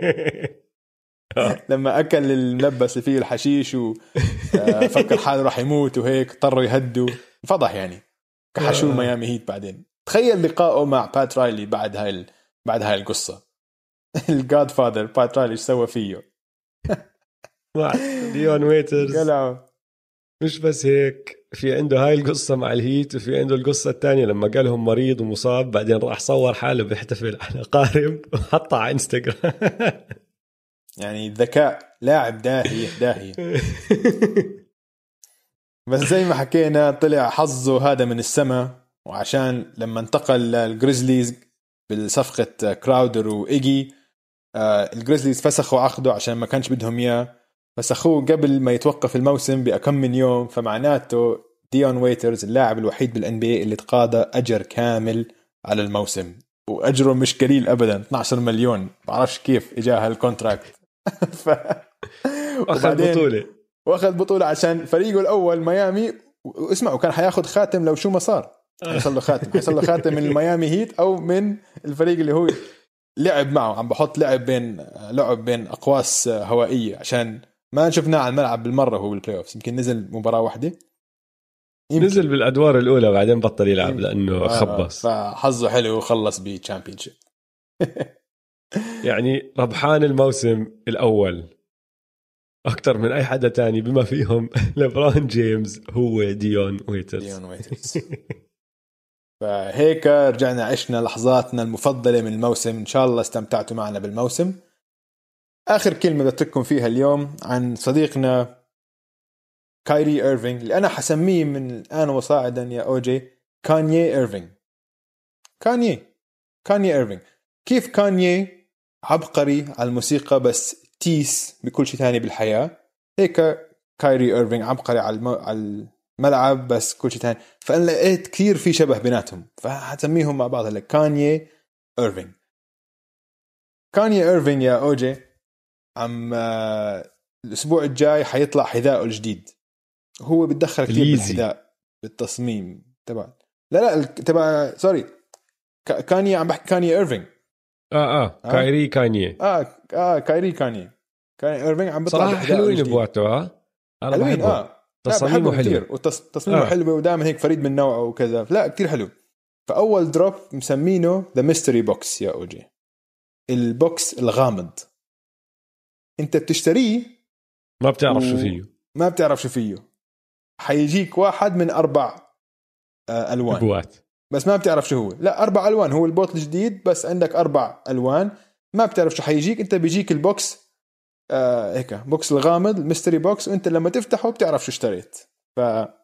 لما أكل الملبس اللي فيه الحشيش وفكر حاله راح يموت وهيك اضطروا يهدوا فضح يعني كحشوا ميامي هيت. بعدين تخيل لقائه مع بات رايلي بعد هاي القصة. الجاد فاذر بات رايلي ايش سوى فيه مع ديون ويترز. قالوا مش بس هيك، في عنده هاي القصة مع الهيت وفي عنده القصة الثانية لما قالهم مريض ومصاب بعدين راح صور حاله بيحتفل على قارب وحطها على انستغرام. يعني ذكاء لاعب داهية. بس زي ما حكينا طلع حظه هذا من السماء، وعشان لما انتقل للجريزليز بالصفقة كراودر وإيجي الجريزليز فسخوا عقده عشان ما كانش بدهم إياه، فسخوه قبل ما يتوقف الموسم بأكم من يوم. فمعناته ديون ويترز اللاعب الوحيد بالNBA اللي تقاضى أجر كامل على الموسم، وأجره مش قليل أبدا 12 مليون. بعرفش كيف إجاه هالكونتراكت. وأخذ بطولة عشان فريقه الأول ميامي. واسمعوا كان حياخد خاتم لو شو ما صار، حيصل له خاتم من الميامي هيت أو من الفريق اللي هو لعب معه. عم بحط لعب بين أقواس هوائية عشان ما شفناه على الملعب بالمرة. هو بالبلاي أوفس يمكن نزل مباراة واحدة، نزل بالأدوار الأولى بعدين بطل يلعب لأنه خبص. فحظه حلو وخلص بتشامبيونشيب. يعني ربحان الموسم الأول أكتر من أي حدا تاني بما فيهم ليبرون جيمس هو ديون ويترز. فهيك رجعنا عشنا لحظاتنا المفضلة من الموسم. إن شاء الله استمتعتوا معنا بالموسم. آخر كلمة بترككم فيها اليوم عن صديقنا كايري إيرفينغ اللي أنا حسميه من الآن وصاعدا يا أوجي كانيي إيرفينغ. كانيي إيرفينغ. كيف كانيي عبقري على الموسيقى بس تيس بكل شيء ثاني بالحياة، هيك كايري إيرفينغ عبقري على الملعب بس كل شيء ثاني. فأنا لقيت كثير في شبه بيناتهم فحسميهم مع بعض هلا كانيي إيرفينغ. كانيي إيرفينغ يا أوجي عم الأسبوع الجاي حيطلع حذاءه الجديد. هو بتدخل كثير بالحذاء بالتصميم تبع تبع سوري كانيي عم بحكي كانيي إيرفينغ. كايري كانيي كايري كانيي إيرفينغ عم بيطلع صراحة حلوين بواته. أنا بحبه تصميمه حلو وتصميمه حلو ودائما هيك فريد من نوعه وكذا. لا كتير حلو. فأول دروب مسمينه The Mystery Box يا أوجي، البوكس الغامض. انت بتشتريه ما بتعرف شو فيه حيجيك واحد من 4 ألوان بوات بس ما بتعرف شو هو. لا 4 ألوان، هو البوت الجديد بس عندك 4 ألوان ما بتعرف شو حيجيك. انت بيجيك البوكس هيك بوكس الغامض الميستري بوكس، وانت لما تفتحه بتعرف شو اشتريت. ف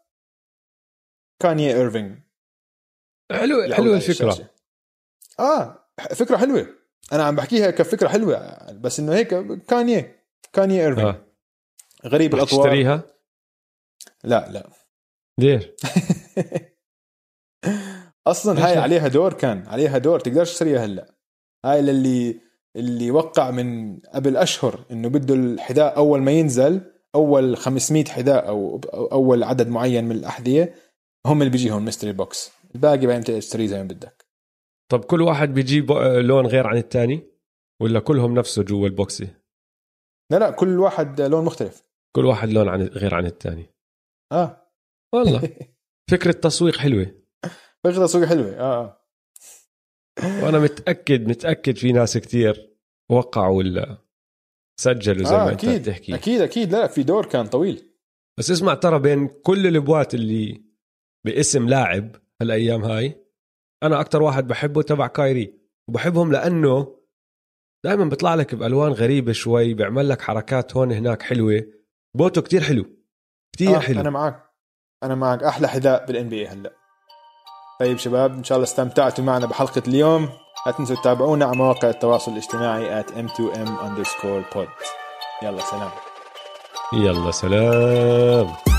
كانيي إيرفينغ حلو الفكرة. فكرة حلوة. انا عم بحكيها كفكرة حلوة بس انه هيك كانيي إيرفينغ غريب الاطوار. تشتريها؟ لا دير اصلا هاي عليها دور، كان عليها دور تقدرش تشتريها هلا. هاي اللي وقع من قبل أشهر إنه بده الحذاء أول ما ينزل أول 500 حذاء أو أول عدد معين من الأحذية هم اللي بيجيهم ميستري بوكس. الباقي بقى تشتري زي ما بدك. طب كل واحد بيجيب لون غير عن التاني ولا كلهم نفسه جوا البوكسي؟ لا كل واحد لون مختلف. كل واحد لون غير عن التاني. والله فكرة تسويق حلوة. فكرة تسويق حلوة. وانا متاكد في ناس كتير وقعوا ولا سجلوا زي ما انت بتحكي. اكيد لا في دور كان طويل. بس اسمع ترى بين كل الابوات اللي باسم لاعب هالايام هاي انا اكتر واحد بحبه تبع كايري، وبحبهم لانه دائما بيطلع لك بالوان غريبه شوي، بيعمل لك حركات هون هناك حلوه. بوته كتير حلو حلو. انا معك احلى حذاء بالNBA هلا. طيب شباب ان شاء الله استمتعتوا معنا بحلقة اليوم. لا تنسوا تتابعونا على مواقع التواصل الاجتماعي @m2m_pod. يلا سلام.